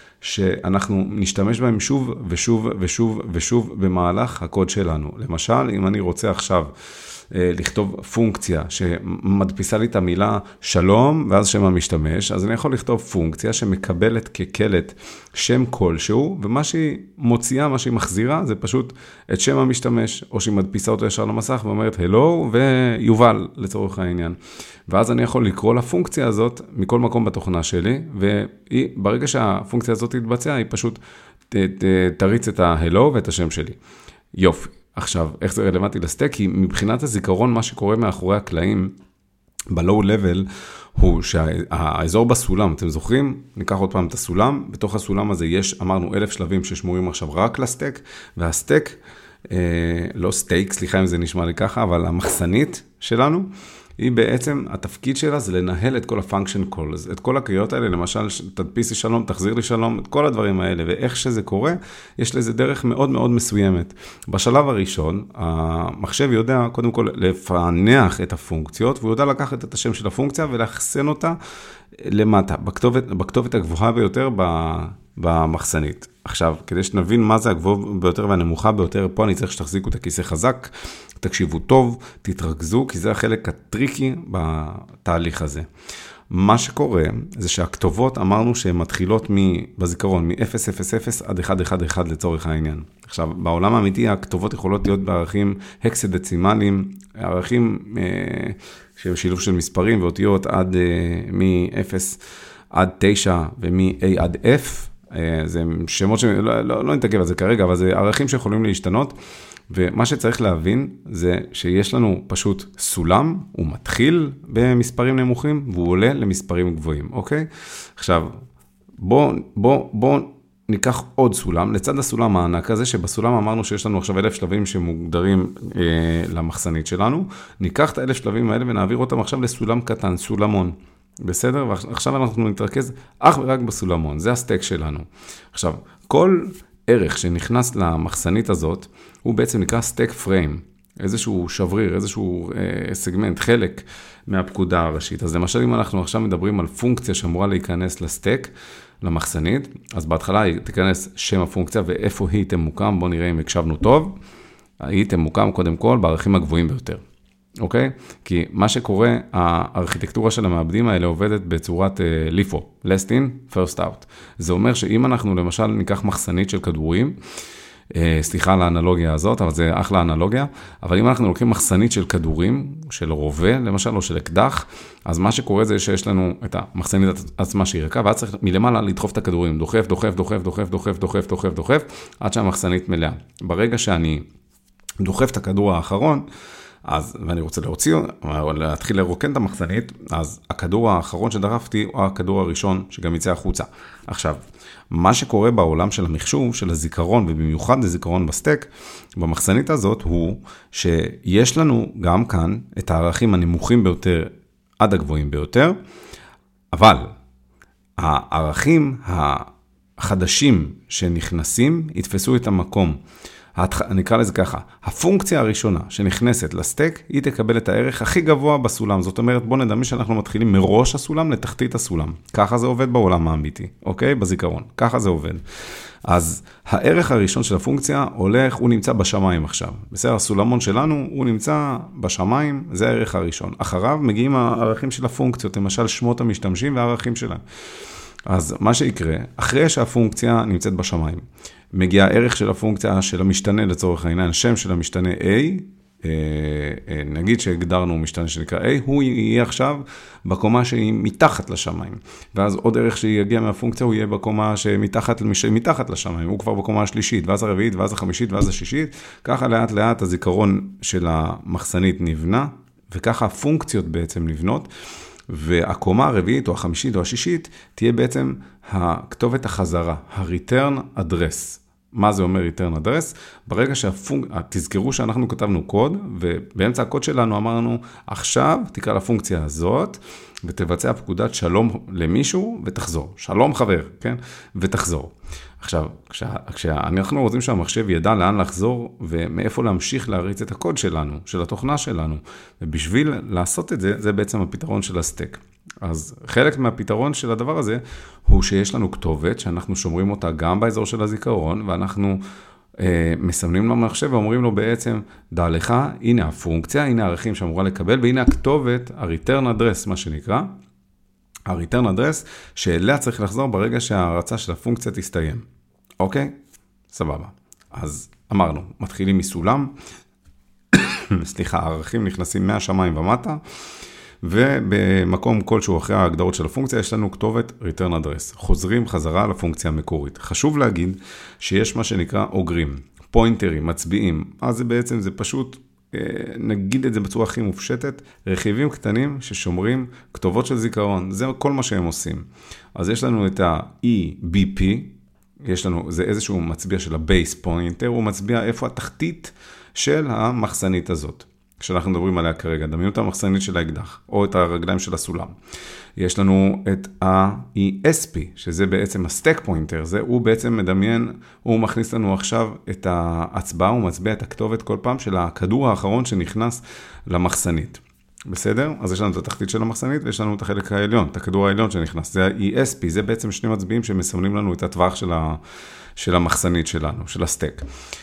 שאנחנו נשתמש בהם שוב ושוב ושוב ושוב במהלך הקוד שלנו. למשל, אם אני רוצה עכשיו לכתוב פונקציה שמדפיסה לי את המילה שלום, ואז שם המשתמש, אז אני יכול לכתוב פונקציה שמקבלת כקלט שם כלשהו, ומה שהיא מוציאה, מה שהיא מחזירה, זה פשוט את שם המשתמש, או שהיא מדפיסה אותו ישר למסך ואומרת הלו ויובל לצורך העניין. ואז אני יכול לקרוא לפונקציה הזאת מכל מקום בתוכנה שלי, וברגע שהפונקציה הזאת תתבצע, היא פשוט ת, ת, תריץ את ההלו ואת השם שלי. יופי. עכשיו, איך זה רלוונטי לסטק? כי מבחינת הזיכרון, מה שקורה מאחורי הקלעים, בלואו לבל, הוא שהאזור בסולם, אתם זוכרים? ניקח עוד פעם את הסולם, בתוך הסולם הזה יש, אמרנו, אלף שלבים ששמורים עכשיו רק לסטק, והסטק, אה, לא סטייק, סליחה אם זה נשמע לי ככה, אבל המחסנית שלנו, היא בעצם, התפקיד שלה זה לנהל את כל הפונקשן קולס, את כל הקריאות האלה, למשל, תדפיס לי שלום, תחזיר לי שלום, את כל הדברים האלה, ואיך שזה קורה, יש לזה דרך מאוד מאוד מסוימת. בשלב הראשון, המחשב יודע קודם כל לפענח את הפונקציות, והוא יודע לקחת את השם של הפונקציה ולאחסן אותה למטה, בכתובת, בכתובת הגבוהה ביותר במחסנית. עכשיו, כדי שנבין מה זה הגבוה ביותר והנמוכה ביותר, פה אני צריך שתחזיקו את הכיסא חזק, תקשיבו טוב, תתרכזו, כי זה החלק הטריקי בתהליך הזה. מה שקורה זה שהכתובות אמרנו שהן מתחילות בזיכרון מ-אפס אפס אפס עד אחת אחת אחת לצורך העניין. עכשיו, בעולם האמיתי הכתובות יכולות להיות בערכים הקסדצימליים, ערכים אה, שהם שילוב של מספרים ואותיות עד אה, מ-אפס עד תשע ומ-A עד F, אה, זה שמות שלא לא, לא נתעכב על זה כרגע, אבל זה ערכים שיכולים להשתנות, ומה שצריך להבין זה שיש לנו פשוט סולם, הוא מתחיל במספרים נמוכים, והוא עולה למספרים גבוהים, אוקיי? עכשיו, בוא, בוא, בוא ניקח עוד סולם, לצד הסולם הענק הזה, שבסולם אמרנו שיש לנו עכשיו אלף שלבים שמוגדרים אה, למחסנית שלנו, ניקח את האלף שלבים האלה ונעביר אותם עכשיו לסולם קטן, סולמון. בסדר? ועכשיו אנחנו נתרכז אך ורק בסולמון, זה הסטק שלנו. עכשיו, כל ערך שנכנס למחסנית הזאת, הוא בעצם נקרא סטק פריים, איזשהו שבריר, איזשהו אה, סגמנט, חלק מהפקודה הראשית. אז למשל, אם אנחנו עכשיו מדברים על פונקציה שאמורה להיכנס לסטק, למחסנית, אז בהתחלה היא תיכנס שם הפונקציה ואיפה היא תמוקם, בואו נראה אם הקשבנו טוב, היא תמוקם קודם כל בערכים הגבוהים ביותר. אוקיי? כי מה שקורה, הארכיטקטורה של המעבדים האלה עובדת בצורת ליפו, last in, first out. זה אומר שאם אנחנו למשל ניקח מחסנית של כדורים, סליחה על האנלוגיה הזאת, אבל זה אחלה אנלוגיה, אבל אם אנחנו לוקחים מחסנית של כדורים, של רובה, למשל, או של אקדח, אז מה שקורה זה שיש לנו את המחסנית עצמה שהיא ריקה, ואז צריך מלמעלה לדחוף את הכדורים, דוחף, דוחף, דוחף, דוחף, דוחף, דוחף, דוחף, דוחף, עד שהמחסנית מלאה. ברגע שאני דוחף את הכדור האחרון, אז, ואני רוצה להוציא, להתחיל לרוקן את המחסנית, אז הכדור האחרון שדחפתי הוא הכדור הראשון שגם יצא החוצה. עכשיו, מה שקורה בעולם של המחשוב, של הזיכרון, ובמיוחד הזיכרון בסטק, במחסנית הזאת הוא שיש לנו גם כאן את הערכים הנמוכים ביותר עד הגבוהים ביותר, אבל הערכים החדשים שנכנסים יתפסו את המקום. נקרא לזה ככה, הפונקציה הראשונה שנכנסת לסטק, היא תקבל את הערך הכי גבוה בסולם. זאת אומרת, בוא נדמה שאנחנו מתחילים מראש הסולם לתחתית הסולם. ככה זה עובד בעולם האמיתי, אוקיי? בזיכרון. ככה זה עובד. אז הערך הראשון של הפונקציה הולך, הוא נמצא בשמיים עכשיו. בסדר, הסולמון שלנו, הוא נמצא בשמיים, זה הערך הראשון. אחריו מגיעים הערכים של הפונקציות, למשל שמות המשתמשים והערכים שלהם. אז מה שיקרה, אחרי שהפונקציה נמצאת בשמיים, מגיע הערך של הפונקציה של המשתנה לצורך העניין, שם של המשתנה A, נגיד שהגדרנו משתנה שנקרא A, הוא יהיה עכשיו בקומה שהיא מתחת לשמיים. ואז עוד ערך שיגיע מהפונקציה, הוא יהיה בקומה שמתחת, מתחת לשמיים, הוא כבר בקומה השלישית, ואז הרביעית, ואז החמישית, ואז השישית. ככה לאט לאט הזיכרון של המחסנית נבנה, וככה הפונקציות בעצם נבנות. והקומה הרביעית או החמישית או השישית תהיה בעצם הכתובת החזרה, ה-return address. מה זה אומר return address? ברגע שהפונק... תזכרו שאנחנו כתבנו קוד, ובאמצע הקוד שלנו אמרנו, עכשיו תקרא לפונקציה הזאת, ותבצע פקודת שלום למישהו, ותחזור. שלום חבר, כן? ותחזור. עכשיו, כשה... כשאנחנו רוצים שהמחשב ידע לאן לחזור, ומאיפה להמשיך להריץ את הקוד שלנו, של התוכנה שלנו, ובשביל לעשות את זה, זה בעצם הפתרון של הסטק. אז חלק מהפתרון של הדבר הזה, הוא שיש לנו כתובת, שאנחנו שומרים אותה גם באזור של הזיכרון, ואנחנו אה, מסמנים למחשב ואומרים לו בעצם, דע לך, הנה הפונקציה, הנה הערכים שאמורה לקבל, והנה הכתובת, ה-return address, מה שנקרא, ה-return address, שאליה צריך לחזור ברגע שההרצה של הפונקציה תסתיים. אוקיי? סבבה. אז אמרנו, מתחילים מסולם, סליחה, הערכים נכנסים מהשמיים ומטה, ובמקום כלשהו אחרי ההגדרות של הפונקציה, יש לנו כתובת return address. חוזרים חזרה לפונקציה המקורית. חשוב להגיד שיש מה שנקרא אוגרים, פוינטרים, מצביעים. אז זה בעצם, זה פשוט, נגיד את זה בצורה הכי מופשטת, רכיבים קטנים ששומרים כתובות של זיכרון. זה כל מה שהם עושים. אז יש לנו את ה-E B P, יש לנו, זה איזשהו מצביע של ה-base pointer, הוא מצביע איפה התחתית של המחסנית הזאת. כשאנחנו מדברים עליה כרגע, דמיינו את המחסנית של האקדח, או את הרגליים של הסולם. יש לנו את ה-E S P, שזה בעצם הסטק פוינטר, זה הוא בעצם מדמיין, הוא מכניס לנו עכשיו את ההצבעה, הוא מצביע את הכתובת כל פעם של הכדור האחרון שנכנס למחסנית. בסדר? אז יש לנו את התחתית של המחסנית, ויש לנו את החלק העליון, את הכדור העליון שנכנס. זה ה-E S P, זה בעצם שני מצביעים שמסמנים לנו את הטווח של, ה... של המחסנית שלנו, של הסטק.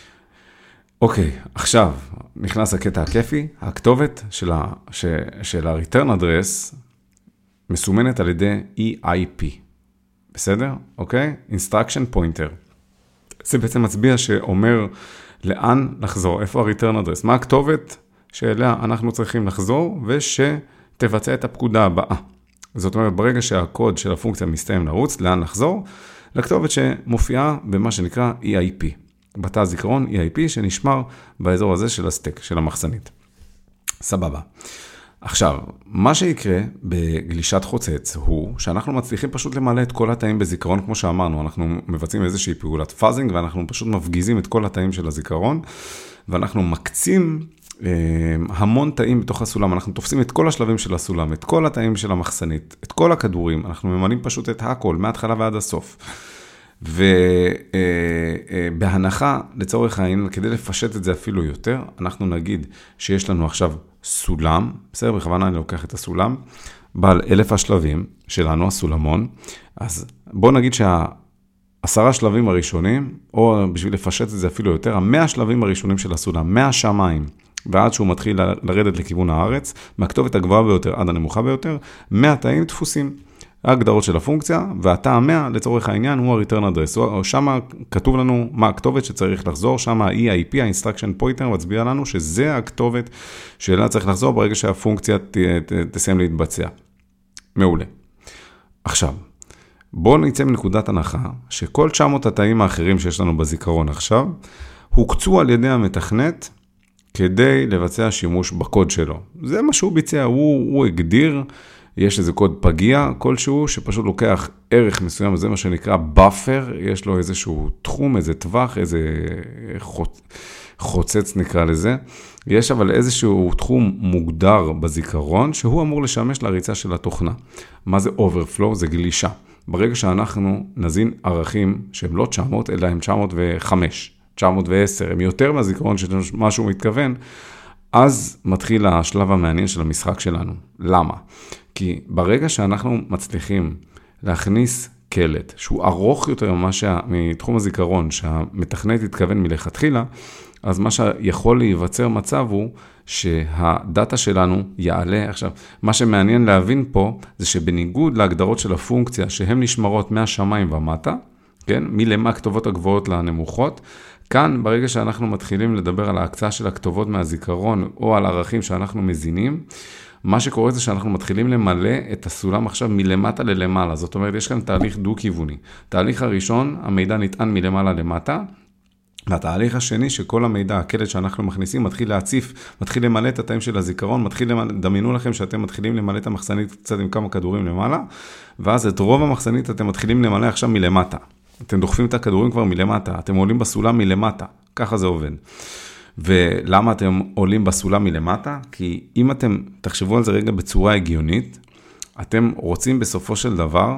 אוקיי, עכשיו נכנס הקטע הכיפי, הכתובת של ה, ש, של ה-return address מסומנת על ידי E I P. בסדר? אוקיי? Instruction pointer. זה בעצם מצביע שאומר לאן לחזור, איפה ה-return address, מה הכתובת שאליה אנחנו צריכים לחזור, ושתבצע את הפקודה הבאה. זאת אומרת, ברגע שהקוד של הפונקציה מסתיים לרוץ, לאן לחזור? לכתובת שמופיעה במה שנקרא E I P. בתא זיכרון E I P שנשמר באזור הזה של הסטק, של המחסנית. סבבה. עכשיו, מה שיקרה בגלישת חוצץ הוא שאנחנו מצליחים פשוט למלא את כל התאים בזיכרון, כמו שאמרנו, אנחנו מבצעים איזושהי פעולת פאזינג, ואנחנו פשוט מפגיזים את כל התאים של הזיכרון, ואנחנו מקצים אה, המון תאים בתוך הסולם, אנחנו תופסים את כל השלבים של הסולם, את כל התאים של המחסנית, את כל הכדורים, אנחנו ממלאים פשוט את הכל, מההתחלה ועד הסוף. ובהנחה, לצורך העניין, כדי לפשט את זה אפילו יותר, אנחנו נגיד שיש לנו עכשיו סולם, בסדר, בכוונה אני לוקח את הסולם, בעל אלף השלבים שלנו, הסולמון, אז בואו נגיד שהעשרה שלבים הראשונים, או בשביל לפשט את זה אפילו יותר, המאה שלבים הראשונים של הסולם, מהשמיים, ועד שהוא מתחיל לרדת לכיוון הארץ, מהכתובת הגבוהה ביותר עד הנמוכה ביותר, מאה תאים דפוסים. ההגדרות של הפונקציה, והתא המאה לצורך העניין הוא ה-return address, או שם כתוב לנו מה הכתובת שצריך לחזור, שם ה-E I P, ה-instruction pointer, מצביע לנו שזה הכתובת שאליה צריך לחזור ברגע שהפונקציה ת, ת, תסיים להתבצע. מעולה. עכשיו, בואו נצא מנקודת הנחה, שכל תשע מאות התאים האחרים שיש לנו בזיכרון עכשיו, הוקצו על ידי המתכנת, כדי לבצע שימוש בקוד שלו. זה מה שהוא ביצע, הוא, הוא הגדיר, יש איזה קוד פגיע כלשהו, שפשוט לוקח ערך מסוים, זה מה שנקרא buffer, יש לו איזשהו תחום, איזה טווח, איזה חוצ... חוצץ נקרא לזה. יש אבל איזשהו תחום מוגדר בזיכרון, שהוא אמור לשמש לריצה של התוכנה. מה זה overflow? זה גלישה. ברגע שאנחנו נזין ערכים שהם לא תשע מאות, אלא הם תשע מאות וחמש, תשע מאות ועשר, הם יותר מהזיכרון של משהו מתכוון, אז מתחיל השלב המעניין של המשחק שלנו. למה? כי ברגע שאנחנו מצליחים להכניס קלט, שהוא ארוך יותר ממה שה... מתחום הזיכרון, שהמתכנת התכוון מלכתחילה, אז מה שיכול להיווצר מצב הוא שהדאטה שלנו יעלה. עכשיו, מה שמעניין להבין פה, זה שבניגוד להגדרות של הפונקציה, שהן נשמרות מהשמיים ומטה, כן? מלמה הכתובות הגבוהות לנמוכות, כאן, ברגע שאנחנו מתחילים לדבר על ההקצאה של הכתובות מהזיכרון, או על ערכים שאנחנו מזינים, מה שקורה זה שאנחנו מתחילים למלא את הסולם עכשיו מלמטה ללמעלה. זאת אומרת, יש כאן תהליך דו-כיווני. תהליך הראשון, המידע נטען מלמעלה למטה, והתהליך השני, שכל המידע, הקלט שאנחנו מכניסים, מתחיל להציף, מתחיל למלא את התאים של הזיכרון, מתחיל למלא, דמיינו לכם שאתם מתחילים למלא את המחסנית קצת עם כמה כדורים למעלה, ואז את רוב המחסנית אתם מתחילים למלא עכשיו מלמטה. אתם דוחפים את הכדורים כבר מלמטה, אתם עולים בסולם מלמטה, ככה זה עובד. ולמה אתם עולים בסולם מלמטה? כי אם אתם תחשבו על זה רגע בצורה הגיונית, אתם רוצים בסופו של דבר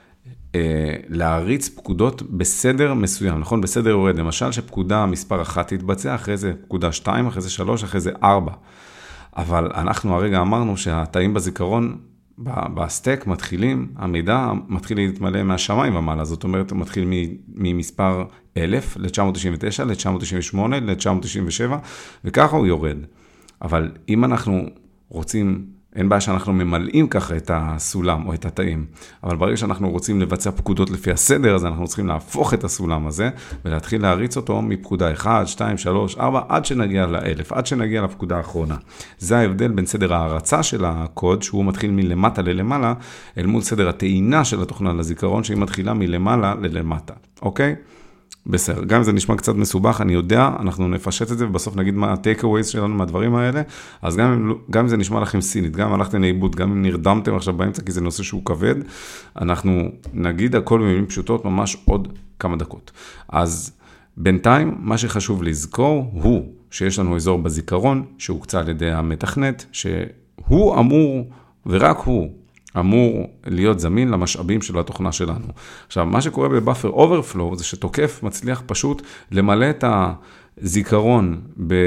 אה, להריץ פקודות בסדר מסוים, נכון? בסדר יורד, למשל שפקודה מספר אחת תתבצע, אחרי זה פקודה שתיים, אחרי זה שלוש, אחרי זה ארבע. אבל אנחנו הרגע אמרנו שהתאים בזיכרון, בסטק מתחילים, המידע מתחיל להתמלא מהשמיים ומעלה, זאת אומרת, הוא מתחיל ממספר אלף ל-תשע מאות תשעים ותשע, ל-תשע מאות תשעים ושמונה, ל-תשע מאות תשעים ושבע, וככה הוא יורד. אבל אם אנחנו רוצים, אין בעיה שאנחנו ממלאים ככה את הסולם או את התאים, אבל ברגע שאנחנו רוצים לבצע פקודות לפי הסדר, אז אנחנו צריכים להפוך את הסולם הזה, ולהתחיל להריץ אותו מפקודה אחת, שתיים, שלוש, ארבע, עד שנגיע לאלף, עד שנגיע לפקודה האחרונה. זה ההבדל בין סדר ההרצה של הקוד, שהוא מתחיל מלמטה ללמעלה, אל מול סדר הטעינה של התוכנה לזיכרון, שהיא מתחילה מלמעלה ללמטה. אוקיי? בסדר, גם אם זה נשמע קצת מסובך, אני יודע, אנחנו נפשט את זה, ובסוף נגיד מה ה-takeaways שלנו מהדברים האלה, אז גם, גם אם זה נשמע לכם סינית, גם אם הלכתם לאיבוד, גם אם נרדמתם עכשיו באמצע, כי זה נושא שהוא כבד, אנחנו נגיד הכל במילים פשוטות, ממש עוד כמה דקות. אז בינתיים, מה שחשוב לזכור, הוא שיש לנו אזור בזיכרון, שהוקצה על ידי המתכנת, שהוא אמור, ורק הוא, אמור להיות זמין למשאבים של התוכנה שלנו. עכשיו, מה שקורה בבאפר אוברפלואו, זה שתוקף מצליח פשוט למלא את הזיכרון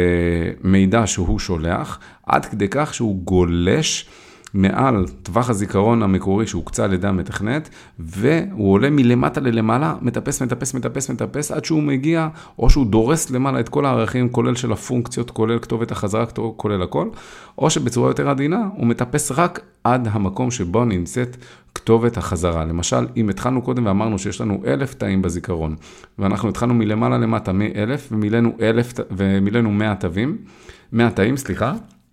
במידע שהוא שולח, עד כדי כך שהוא גולש מעל טווח הזיכרון המקורי שהוקצה על ידי המתכנת, והוא עולה מלמטה ללמעלה, מטפס, מטפס, מטפס, מטפס, עד שהוא מגיע, או שהוא דורס למעלה את כל הערכים, כולל של הפונקציות, כולל כתובת החזרה, כולל הכל, או שבצורה יותר עדינה, הוא מטפס רק עד המקום שבו נמצאת כתובת החזרה. למשל, אם התחלנו קודם ואמרנו שיש לנו אלף תאים בזיכרון, ואנחנו התחלנו מלמעלה למטה מאלף, ומילאנו אלף, ומילאנו מאה תאים, מאה תאים, סליחה,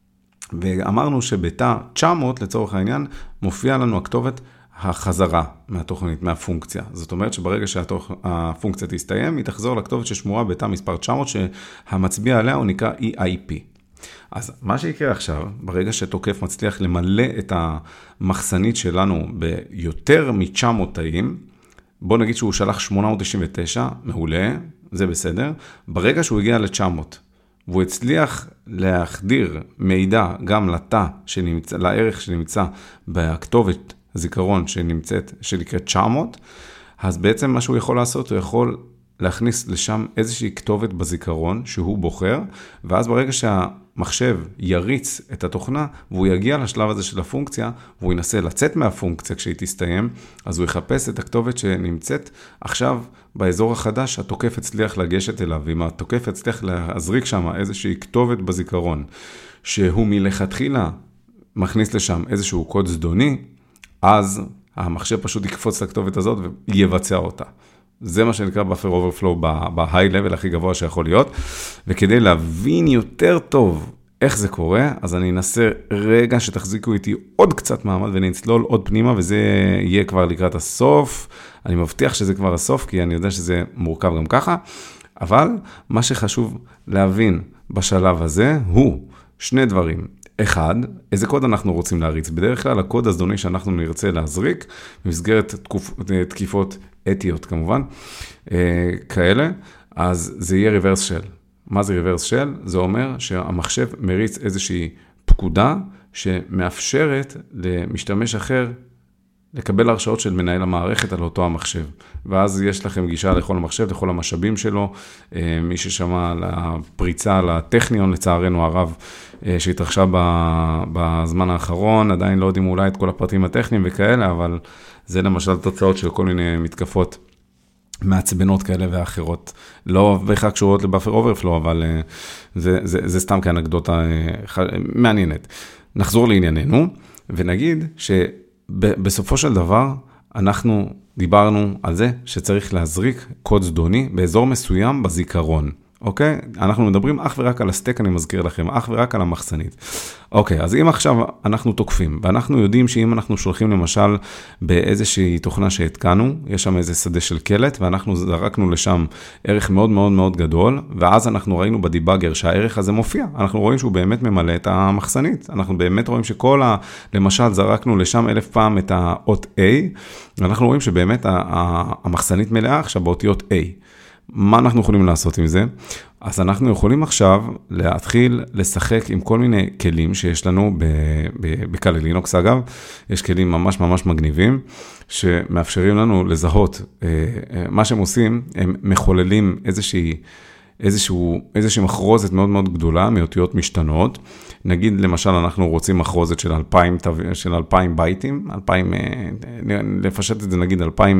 ואמרנו שבתא תשע מאות לצורך העניין מופיע לנו הכתובת החזרה מהתוכנית, מהפונקציה. זאת אומרת שברגע שהפונקציה תסתיים, היא תחזור לכתובת ששמורה בתא מספר תשע מאות, שהמצביע עליה הוא נקרא E I P. אז מה שיקרה עכשיו, ברגע שתוקף מצליח למלא את המחסנית שלנו ביותר מ-תשע מאות תאים, בוא נגיד שהוא שלח שמונה מאות תשעים ותשע, מעולה, זה בסדר. ברגע שהוא הגיע ל-תשע מאות, והוא הצליח להחדיר מידע גם לתא שנמצא, לערך שנמצא בכתובת הזיכרון שנמצאת, שנקראת תשע מאות, אז בעצם מה שהוא יכול לעשות, הוא יכול להכניס לשם איזושהי כתובת בזיכרון שהוא בוחר, ואז ברגע שהמחשב יריץ את התוכנה, והוא יגיע לשלב הזה של הפונקציה, והוא ינסה לצאת מהפונקציה כשהיא תסתיים, אז הוא יחפש את הכתובת שנמצאת עכשיו באזור החדש, התוקף הצליח לגשת אליו, ואם התוקף הצליח להזריק שם איזושהי כתובת בזיכרון, שהוא מלכתחילה מכניס לשם איזשהו קוד זדוני, אז המחשב פשוט יקפוץ לכתובת הזאת ויבצע אותה. זה מה שנקרא buffer overflow ב-high level הכי גבוה שיכול להיות, וכדי להבין יותר טוב איך זה קורה, אז אני אנסה רגע שתחזיקו איתי עוד קצת מעמד ונצלול עוד פנימה, וזה יהיה כבר לקראת הסוף. אני מבטיח שזה כבר הסוף, כי אני יודע שזה מורכב גם ככה, אבל מה שחשוב להבין בשלב הזה הוא שני דברים. אחד, איזה קוד אנחנו רוצים להריץ? בדרך כלל הקוד הזדוני שאנחנו נרצה להזריק, במסגרת תקופ, תקיפות אתיות כמובן, כאלה, אז זה יהיה reverse shell. מה זה reverse shell? זה אומר שהמחשב מריץ איזושהי פקודה שמאפשרת למשתמש אחר לקבל הרשאות של מנהל המערכת על אותו המחשב. ואז יש לכם גישה לכל המחשב, לכל המשאבים שלו. מי ששמע על הפריצה, על הטכניון, לצערנו הרב, שהתרחשה בזמן האחרון, עדיין לא יודעים אולי את כל הפרטים הטכניים וכאלה, אבל זה למשל תוצאות של כל מיני מתקפות מעצבנות כאלה ואחרות. לא בהכרח קשורות לבאפר אוברפלו, אבל זה, זה, זה סתם כאנקדוטה מעניינת. נחזור לענייננו, ונגיד ש... בסופו של דבר, אנחנו דיברנו על זה שצריך להזריק קוד זדוני באזור מסוים בזיכרון. אוקיי? אנחנו מדברים אך ורק על הסטק, אני מזכיר לכם, אך ורק על המחסנית. אוקיי, אז אם עכשיו אנחנו תוקפים, ואנחנו יודעים שאם אנחנו שולחים למשל באיזושהי תוכנה שהתקנו, יש שם איזה שדה של קלט, ואנחנו זרקנו לשם ערך מאוד מאוד מאוד גדול, ואז אנחנו ראינו בדיבאגר שהערך הזה מופיע. אנחנו רואים שהוא באמת ממלא את המחסנית. אנחנו באמת רואים שכל ה... למשל זרקנו לשם אלף פעם את האות A, ואנחנו רואים שבאמת המחסנית מלאה עכשיו באותיות A. מה אנחנו יכולים לעשות עם זה? אז אנחנו יכולים עכשיו להתחיל לשחק עם כל מיני כלים שיש לנו בקלי לינוקס אגב, יש כלים ממש ממש מגניבים, שמאפשרים לנו לזהות מה שהם עושים, הם מחוללים איזושהי, איזשהו, איזושהי מחרוזת מאוד מאוד גדולה מאותיות משתנות. נגיד למשל אנחנו רוצים מחרוזת של אלפיים, של אלפיים בייטים, אלפיים, לפשט את זה נגיד אלפיים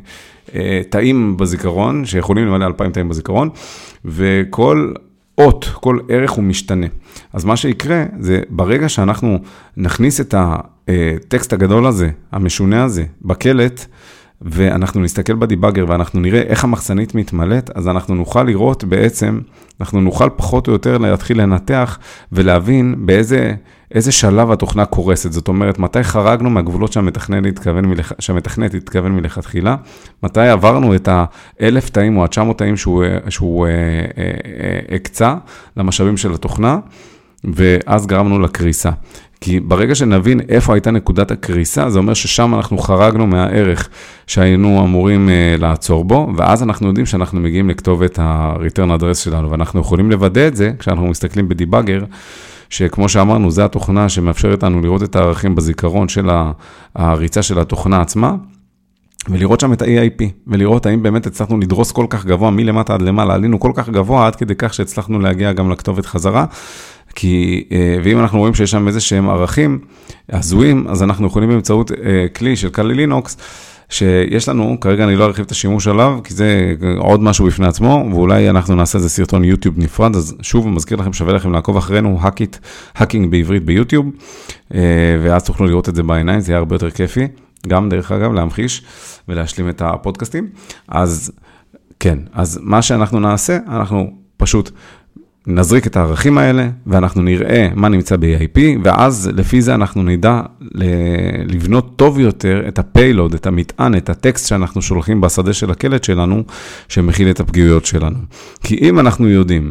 תאים בזיכרון, שיכולים למלא אלפיים תאים בזיכרון, וכל אות, כל ערך הוא משתנה. אז מה שיקרה זה ברגע שאנחנו נכניס את הטקסט הגדול הזה, המשונה הזה, בקלט, ואנחנו נסתכל בדיבאגר ואנחנו נראה איך המחסנית מתמלאת, אז אנחנו נוכל לראות בעצם, אנחנו נוכל פחות או יותר להתחיל לנתח ולהבין באיזה איזה שלב התוכנה קורסת. זאת אומרת, מתי חרגנו מהגבולות שהמתכנת התכוון מלכ... שהמתכנת התכוון מלכתחילה, מתי עברנו את האלף תאים או ה-תשע מאות תאים שהוא, שהוא אה, אה, אה, הקצה למשאבים של התוכנה, ואז גרמנו לקריסה. כי ברגע שנבין איפה הייתה נקודת הקריסה, זה אומר ששם אנחנו חרגנו מהערך שהיינו אמורים uh, לעצור בו, ואז אנחנו יודעים שאנחנו מגיעים לכתובת ה-return address שלנו, ואנחנו יכולים לוודא את זה כשאנחנו מסתכלים בדיבאגר, שכמו שאמרנו, זה התוכנה שמאפשרת לנו לראות את הערכים בזיכרון של הריצה של התוכנה עצמה, ולראות שם את ה-E I P, ולראות האם באמת הצלחנו לדרוס כל כך גבוה, מלמטה עד למעלה, עלינו כל כך גבוה, עד כדי כך שהצלחנו להגיע גם לכתובת חזרה, כי, ואם אנחנו רואים שיש שם איזה שהם ערכים הזויים, אז אנחנו יכולים באמצעות כלי של קלי לינוקס, שיש לנו, כרגע אני לא ארחיב את השימוש עליו, כי זה עוד משהו בפני עצמו, ואולי אנחנו נעשה איזה סרטון יוטיוב נפרד, אז שוב, מזכיר לכם, שווה לכם לעקוב אחרינו, האקית, האקינג בעברית ביוטיוב, ואז תוכלו לראות את זה בעיניים, זה יהיה הרבה יותר כיפי, גם דרך אגב להמחיש ולהשלים את הפודקאסטים. אז כן, אז מה שאנחנו נעשה, אנחנו פשוט נזריק את הערכים האלה, ואנחנו נראה מה נמצא ב-E I P, ואז לפי זה אנחנו נדע לבנות טוב יותר את הפיילוד, את המטען, את הטקסט שאנחנו שולחים בשדה של הקלט שלנו, שמכיל את הפגיעויות שלנו. כי אם אנחנו יודעים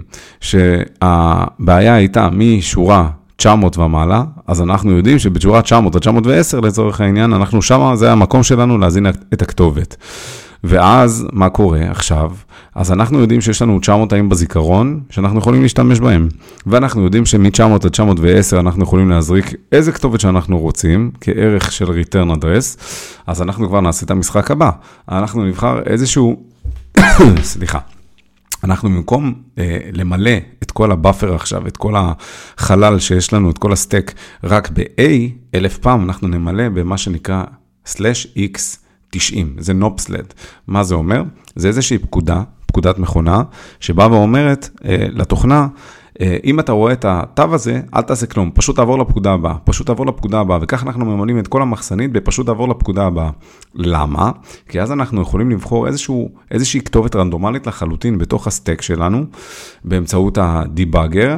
שהבעיה הייתה משורה תשע מאות ומעלה, אז אנחנו יודעים שבשורה תשע מאות עד תשע מאות ועשר לצורך העניין, אנחנו שם, זה המקום שלנו להזין את הכתובת. ואז, מה קורה עכשיו? אז אנחנו יודעים שיש לנו תשע מאות תאים בזיכרון, שאנחנו יכולים להשתמש בהם. ואנחנו יודעים שמ-תשע מאות עד תשע מאות ועשר אנחנו יכולים להזריק איזה כתובת שאנחנו רוצים, כערך של return address, אז אנחנו כבר נעשה את המשחק הבא. אנחנו נבחר איזשהו, סליחה, אנחנו במקום אה, למלא את כל הבאפר עכשיו, את כל החלל שיש לנו, את כל הסטק, רק ב-A, אלף פעם, אנחנו נמלא במה שנקרא slash x תשעים, זה נופסלד. מה זה אומר? זה איזושהי פקודה, פקודת מכונה, שבאה ואומרת אה, לתוכנה, אה, אם אתה רואה את התו הזה, אל תעשה כלום, פשוט תעבור לפקודה הבאה, פשוט תעבור לפקודה הבאה, וכך אנחנו ממלאים את כל המחסנית, בפשוט תעבור לפקודה הבאה. למה? כי אז אנחנו יכולים לבחור איזשהו, איזושהי כתובת רנדומלית לחלוטין בתוך הסטק שלנו, באמצעות הדיבאגר,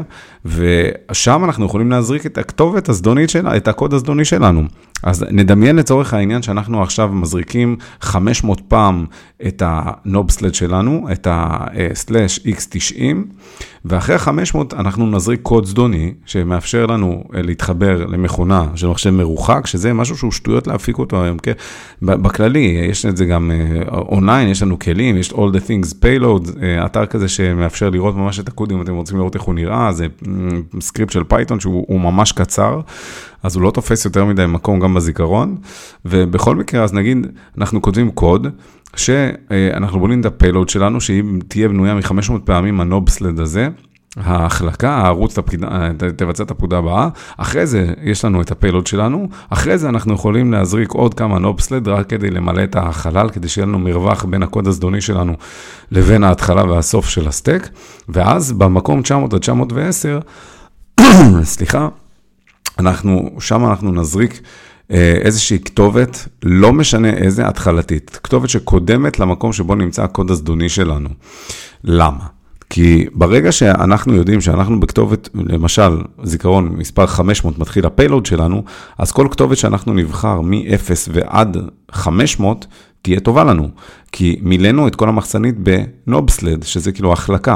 ושם אנחנו יכולים להזריק את הכתובת הזדונית שלה, את הקוד הזדוני שלנו. אז נדמיין לצורך העניין שאנחנו עכשיו מזריקים חמש מאות פעם את הנובסלד שלנו, את ה-slash x תשעים, ואחרי חמש מאות אנחנו נזריק קוד זדוני, שמאפשר לנו להתחבר למכונה של מחשב מרוחק, שזה משהו שהוא שטויות להפיק אותו היום, כן? בכללי, יש את זה גם אונליין, יש לנו כלים, יש all the things payload, אתר כזה שמאפשר לראות ממש את הקוד, אם אתם רוצים לראות איך הוא נראה, זה סקריפט של פייתון שהוא ממש קצר, אז הוא לא תופס יותר מדי מקום גם בזיכרון, ובכל מקרה, אז נגיד, אנחנו כותבים קוד, שאנחנו בונים את הפיילוד שלנו, שהיא תהיה בנויה מ-חמש מאות פעמים הנובסלד הזה, ההחלקה, הערוץ תבצע את הפקודה הבאה, אחרי זה יש לנו את הפיילוד שלנו, אחרי זה אנחנו יכולים להזריק עוד כמה נובסלד, רק כדי למלא את החלל, כדי שיהיה לנו מרווח בין הקוד הזדוני שלנו, לבין ההתחלה והסוף של הסטק, ואז במקום תשע מאות עד תשע מאות ועשר, סליחה, אנחנו, שם אנחנו נזריק איזושהי כתובת, לא משנה איזה, התחלתית, כתובת שקודמת למקום שבו נמצא הקוד הזדוני שלנו. למה? כי ברגע שאנחנו יודעים שאנחנו בכתובת, למשל, זיכרון מספר חמש מאות מתחיל הפיילוד שלנו, אז כל כתובת שאנחנו נבחר מ-אפס ועד חמש מאות תהיה טובה לנו, כי מילאנו את כל המחסנית בנובסלד, שזה כאילו החלקה,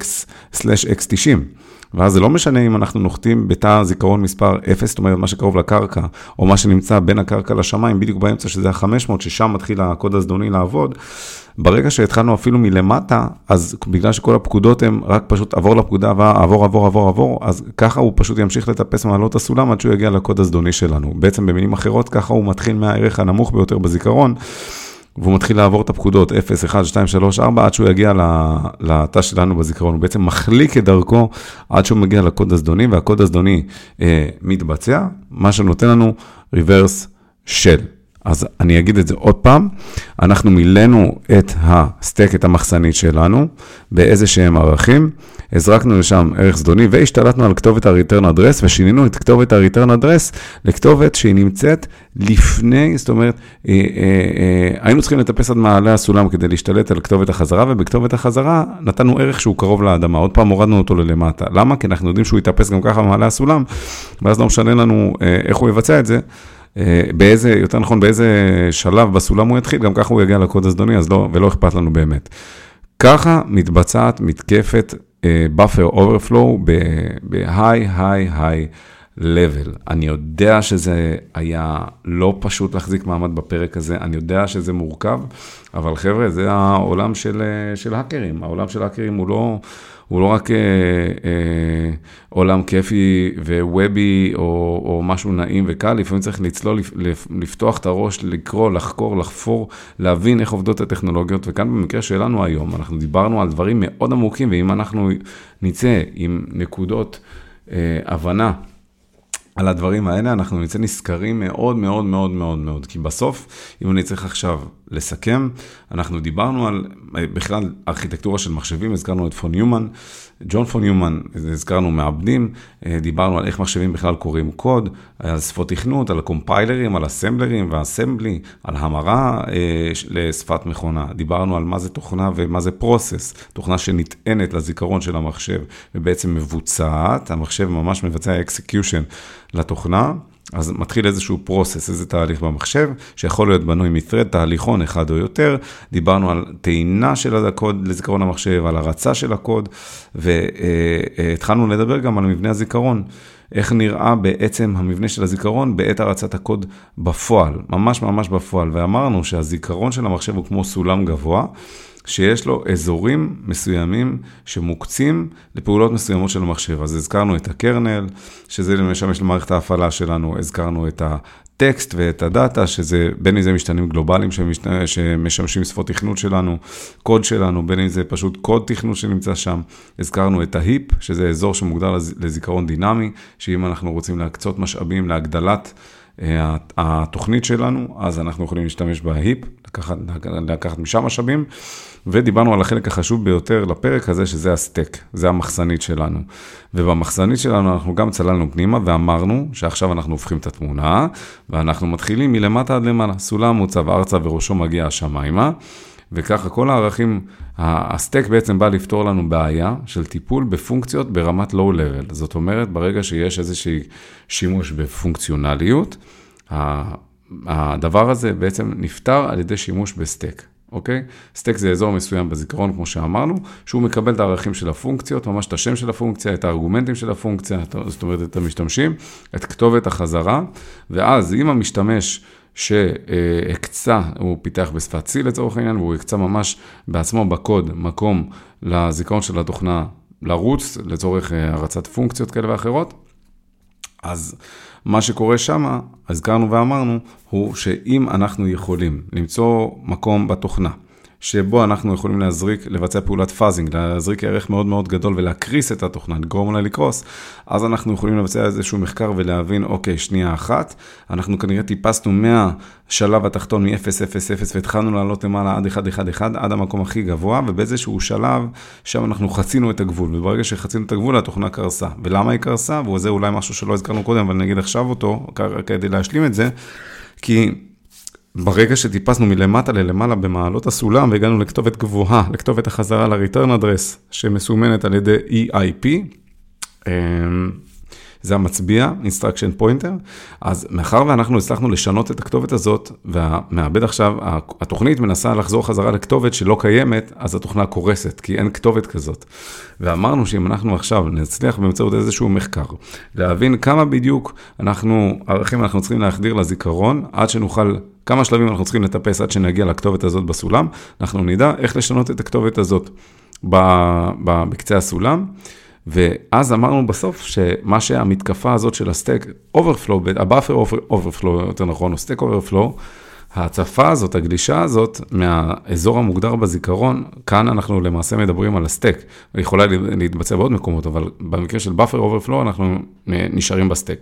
ה-x/x תשעים. ואז זה לא משנה אם אנחנו נוחתים בתא זיכרון מספר אפס, זאת אומרת מה שקרוב לקרקע, או מה שנמצא בין הקרקע לשמיים, בדיוק באמצע שזה ה-חמש מאות, ששם מתחיל הקוד הזדוני לעבוד. ברגע שהתחלנו אפילו מלמטה, אז בגלל שכל הפקודות הם רק פשוט עבור לפקודה הבאה, עבור, עבור, עבור, עבור, אז ככה הוא פשוט ימשיך לטפס מעלות הסולם עד שהוא יגיע לקוד הזדוני שלנו. בעצם במילים אחרות, ככה הוא מתחיל מהערך הנמוך ביותר בזיכרון, והוא מתחיל לעבור את הפקודות אפס, אחת, שתיים, שלוש, ארבע, עד שהוא יגיע לתא שלנו בזיכרון. הוא בעצם מחליק את דרכו עד שהוא מגיע לקוד הזדוני, והקוד הזדוני אה, מתבצע, מה שנותן לנו reverse shell. אז אני אגיד את זה עוד פעם, אנחנו מילאנו את הסטק, את המחסנית שלנו, באיזה שהם ערכים, הזרקנו לשם ערך זדוני, והשתלטנו על כתובת ה-return address, ושינינו את כתובת ה-return address לכתובת שהיא נמצאת לפני, זאת אומרת, אה, אה, אה, היינו צריכים לטפס עד מעלה הסולם כדי להשתלט על כתובת החזרה, ובכתובת החזרה נתנו ערך שהוא קרוב לאדמה, עוד פעם הורדנו אותו ללמטה. למה? כי אנחנו יודעים שהוא יטפס גם ככה במעלה הסולם, ואז לא משנה לנו אה, איך הוא יבצע את זה, באיזה, יותר נכון, באיזה שלב בסולם הוא יתחיל, גם ככה הוא יגיע לקוד הזדוני, אז לא, ולא אכפת לנו באמת. ככה מתבצעת מתקפת buffer overflow ב-high, high, high level. אני יודע שזה היה לא פשוט להחזיק מעמד בפרק הזה, אני יודע שזה מורכב, אבל חבר'ה, זה העולם של, של האקרים. העולם של האקרים הוא לא... הוא לא רק אה, אה, עולם כיפי וובי או, או משהו נעים וקל, לפעמים צריך לצלול, לפתוח את הראש, לקרוא, לחקור, לחפור, להבין איך עובדות הטכנולוגיות, וכאן במקרה שלנו היום, אנחנו דיברנו על דברים מאוד עמוקים, ואם אנחנו נצא עם נקודות אה, הבנה, על הדברים האלה אנחנו נצא נזכרים מאוד מאוד מאוד מאוד מאוד, כי בסוף, אם אני צריך עכשיו לסכם, אנחנו דיברנו על בכלל ארכיטקטורה של מחשבים, הזכרנו את פון ניומן, ג'ון פון ניומן, הזכרנו מעבדים, דיברנו על איך מחשבים בכלל קוראים קוד, על שפות תכנות, על הקומפיילרים, על אסמבלרים והאסמבלי, על המרה לשפת מכונה. דיברנו על מה זה תוכנה ומה זה פרוסס, תוכנה שנטענת לזיכרון של המחשב, ובעצם מבוצעת, המחשב ממש מבצע אקסקיושן לתוכנה, אז מתחיל איזשהו פרוסס, איזה תהליך במחשב, שיכול להיות בנוי מת'רד, תהליכון אחד או יותר, דיברנו על טעינה של הקוד לזיכרון המחשב, על הרצה של הקוד, והתחלנו לדבר גם על מבנה הזיכרון. איך נראה בעצם המבנה של הזיכרון בעת הרצת הקוד בפועל, ממש ממש בפועל, ואמרנו שהזיכרון של המחשב הוא כמו סולם גבוה, שיש לו אזורים מסוימים שמוקצים לפעולות מסוימות של המחשב. אז הזכרנו את הקרנל, שזה משמש למערכת ההפעלה שלנו, הזכרנו את הטקסט ואת הדאטה, שזה בין אם זה משתנים גלובליים שמשמשים שפות תכנות שלנו, קוד שלנו, בין אם זה פשוט קוד תכנות שנמצא שם. הזכרנו את ההיפ, שזה אזור שמוגדר לזיכרון דינמי, שאם אנחנו רוצים להקצות משאבים להגדלת התוכנית שלנו, אז אנחנו יכולים להשתמש בהיפ, לקחת, לקחת משם משאבים, ודיברנו על החלק החשוב ביותר לפרק הזה, שזה הסטק, זה המחסנית שלנו. ובמחסנית שלנו אנחנו גם צללנו פנימה, ואמרנו שעכשיו אנחנו הופכים את התמונה, ואנחנו מתחילים מלמטה עד למעלה, סולם מוצב ארצה וראשו מגיע השמיימה, וככה כל הערכים, הסטק בעצם בא לפתור לנו בעיה של טיפול בפונקציות ברמת לואו לבל. זאת אומרת, ברגע שיש איזושהי שימוש בפונקציונליות, הדבר הזה בעצם נפתר על ידי שימוש בסטק. אוקיי? סטק זה אזור מסוים בזיכרון, כמו שאמרנו, שהוא מקבל את הערכים של הפונקציות, ממש את השם של הפונקציה, את הארגומנטים של הפונקציה, זאת אומרת, את המשתמשים, את כתובת החזרה, ואז אם המשתמש שהקצה, הוא פיתח בשפת C לצורך העניין, והוא הקצה ממש בעצמו בקוד מקום לזיכרון של התוכנה לרוץ, לצורך הרצת פונקציות כאלה ואחרות, אז מה שקורה שם, הזכרנו ואמרנו, הוא שאם אנחנו יכולים למצוא מקום בתוכנה, שבו אנחנו יכולים להזריק, לבצע פעולת פאזינג, להזריק ערך מאוד מאוד גדול ולהקריס את התוכנה, לגרום לה לקרוס, אז אנחנו יכולים לבצע איזשהו מחקר ולהבין, אוקיי, שנייה אחת, אנחנו כנראה טיפסנו מהשלב התחתון מ-אפס אפס אפס, והתחלנו לעלות למעלה עד אחד אחד אחד, עד המקום הכי גבוה, ובאיזשהו שלב, שם אנחנו חצינו את הגבול, וברגע שחצינו את הגבול, התוכנה קרסה. ולמה היא קרסה? וזה אולי משהו שלא הזכרנו קודם, אבל נגיד עכשיו אותו, כדי להשלים את זה, כי ברגע שטיפסנו מלמטה ללמעלה במעלות הסולם, והגענו לכתובת גבוהה, לכתובת החזרה ל-return address, שמסומנת על ידי E I P, זה המצביע, instruction pointer, אז מאחר ואנחנו הצלחנו לשנות את הכתובת הזאת, והמעבד עכשיו, התוכנית מנסה לחזור חזרה לכתובת שלא קיימת, אז התוכנה קורסת, כי אין כתובת כזאת. ואמרנו שאם אנחנו עכשיו נצליח באמצעות איזשהו מחקר, להבין כמה בדיוק אנחנו, ערכים אנחנו צריכים להחדיר לזיכרון, עד שנוכל, כמה שלבים אנחנו צריכים לטפס עד שנגיע לכתובת הזאת בסולם, אנחנו נדע איך לשנות את הכתובת הזאת בקצה הסולם, ואז אמרנו בסוף שמה שהמתקפה הזאת של הסטק אוברפלו, הבאפר אוברפלו יותר נכון, או סטק אוברפלו, ההצפה הזאת, הגלישה הזאת מהאזור המוגדר בזיכרון, כאן אנחנו למעשה מדברים על הסטק, יכולה להתבצע בעוד מקומות, אבל במקרה של באפר אוברפלו אנחנו נשארים בסטק.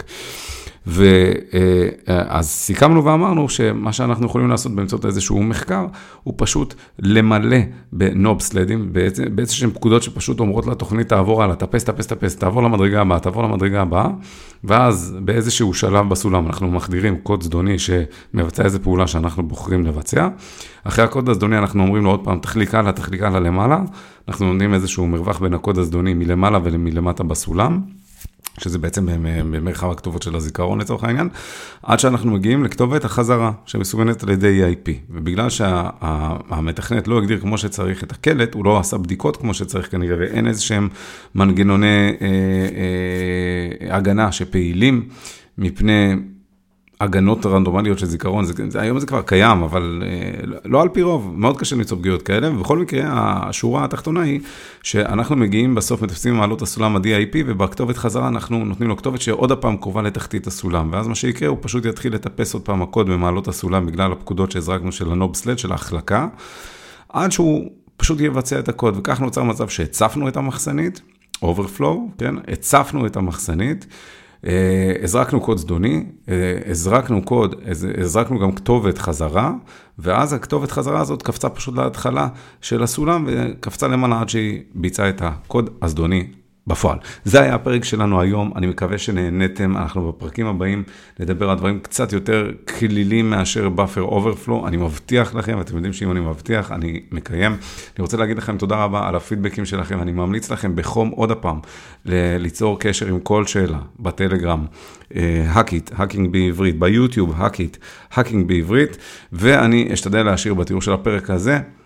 ואז סיכמנו ואמרנו שמה שאנחנו יכולים לעשות באמצעות איזשהו מחקר, הוא פשוט למלא בנוב סלדים, באיזשהם פקודות שפשוט אומרות לתוכנית, תעבור הלאה, תפס, תפס, תפס, תעבור למדרגה הבאה, תעבור למדרגה הבאה, ואז באיזשהו שלב בסולם אנחנו מחדירים קוד זדוני שמבצע איזו פעולה שאנחנו בוחרים לבצע. אחרי הקוד הזדוני אנחנו אומרים לו עוד פעם, תחליק הלאה, תחליק הלאה למעלה, אנחנו נותנים איזשהו מרווח בין הקוד הזדוני מלמעלה ומלמטה בסולם, שזה בעצם במרחב הכתובות של הזיכרון לצורך העניין, עד שאנחנו מגיעים לכתובת החזרה, שמסומנת על ידי E I P. ובגלל שהמתכנת לא הגדיר כמו שצריך את הקלט, הוא לא עשה בדיקות כמו שצריך כנראה, ואין איזשהם מנגנוני אה, אה, הגנה שפעילים מפני הגנות רנדומליות של זיכרון, זה, זה, היום זה כבר קיים, אבל אה, לא על פי רוב, מאוד קשה למצוא פגיעות כאלה, ובכל מקרה, השורה התחתונה היא, שאנחנו מגיעים בסוף, מתפסים מעלות הסולם ה-D I P, ובכתובת חזרה אנחנו נותנים לו כתובת שעוד הפעם קרובה לתחתית הסולם, ואז מה שיקרה, הוא פשוט יתחיל לטפס עוד פעם הקוד במעלות הסולם, בגלל הפקודות שהזרקנו של הנוב סלד, של ההחלקה, עד שהוא פשוט יבצע את הקוד, וכך נוצר מצב שהצפנו את המחסנית, overflow, כן? הצפנו את המחסנית, הזרקנו קוד זדוני, הזרקנו קוד, הזרקנו גם כתובת חזרה, ואז הכתובת חזרה הזאת קפצה פשוט להתחלה של הסולם, וקפצה למעלה עד שהיא ביצעה את הקוד הזדוני בפועל. זה היה הפרק שלנו היום, אני מקווה שנהנתם, אנחנו בפרקים הבאים נדבר על דברים קצת יותר כלילים מאשר באפר אוברפלו, אני מבטיח לכם, ואתם יודעים שאם אני מבטיח, אני מקיים. אני רוצה להגיד לכם תודה רבה על הפידבקים שלכם, אני ממליץ לכם בחום עוד הפעם, ליצור קשר עם כל שאלה, בטלגרם, האקיט, האקינג בעברית, ביוטיוב, האקיט, האקינג בעברית, ואני אשתדל להשאיר בתיאור של הפרק הזה,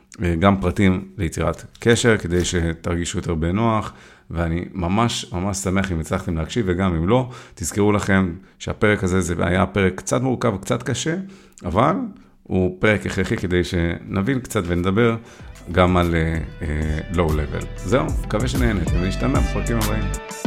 גם פרטים ליצירת קשר, כדי שתרגישו יותר בנוח, ואני ממש ממש שמח אם הצלחתם להקשיב, וגם אם לא, תזכרו לכם שהפרק הזה זה היה פרק קצת מורכב, קצת קשה, אבל הוא פרק הכרחי כדי שנבין קצת ונדבר גם על uh, uh, low level. זהו, מקווה שנהנית, ונשתמע בפרקים הבאים.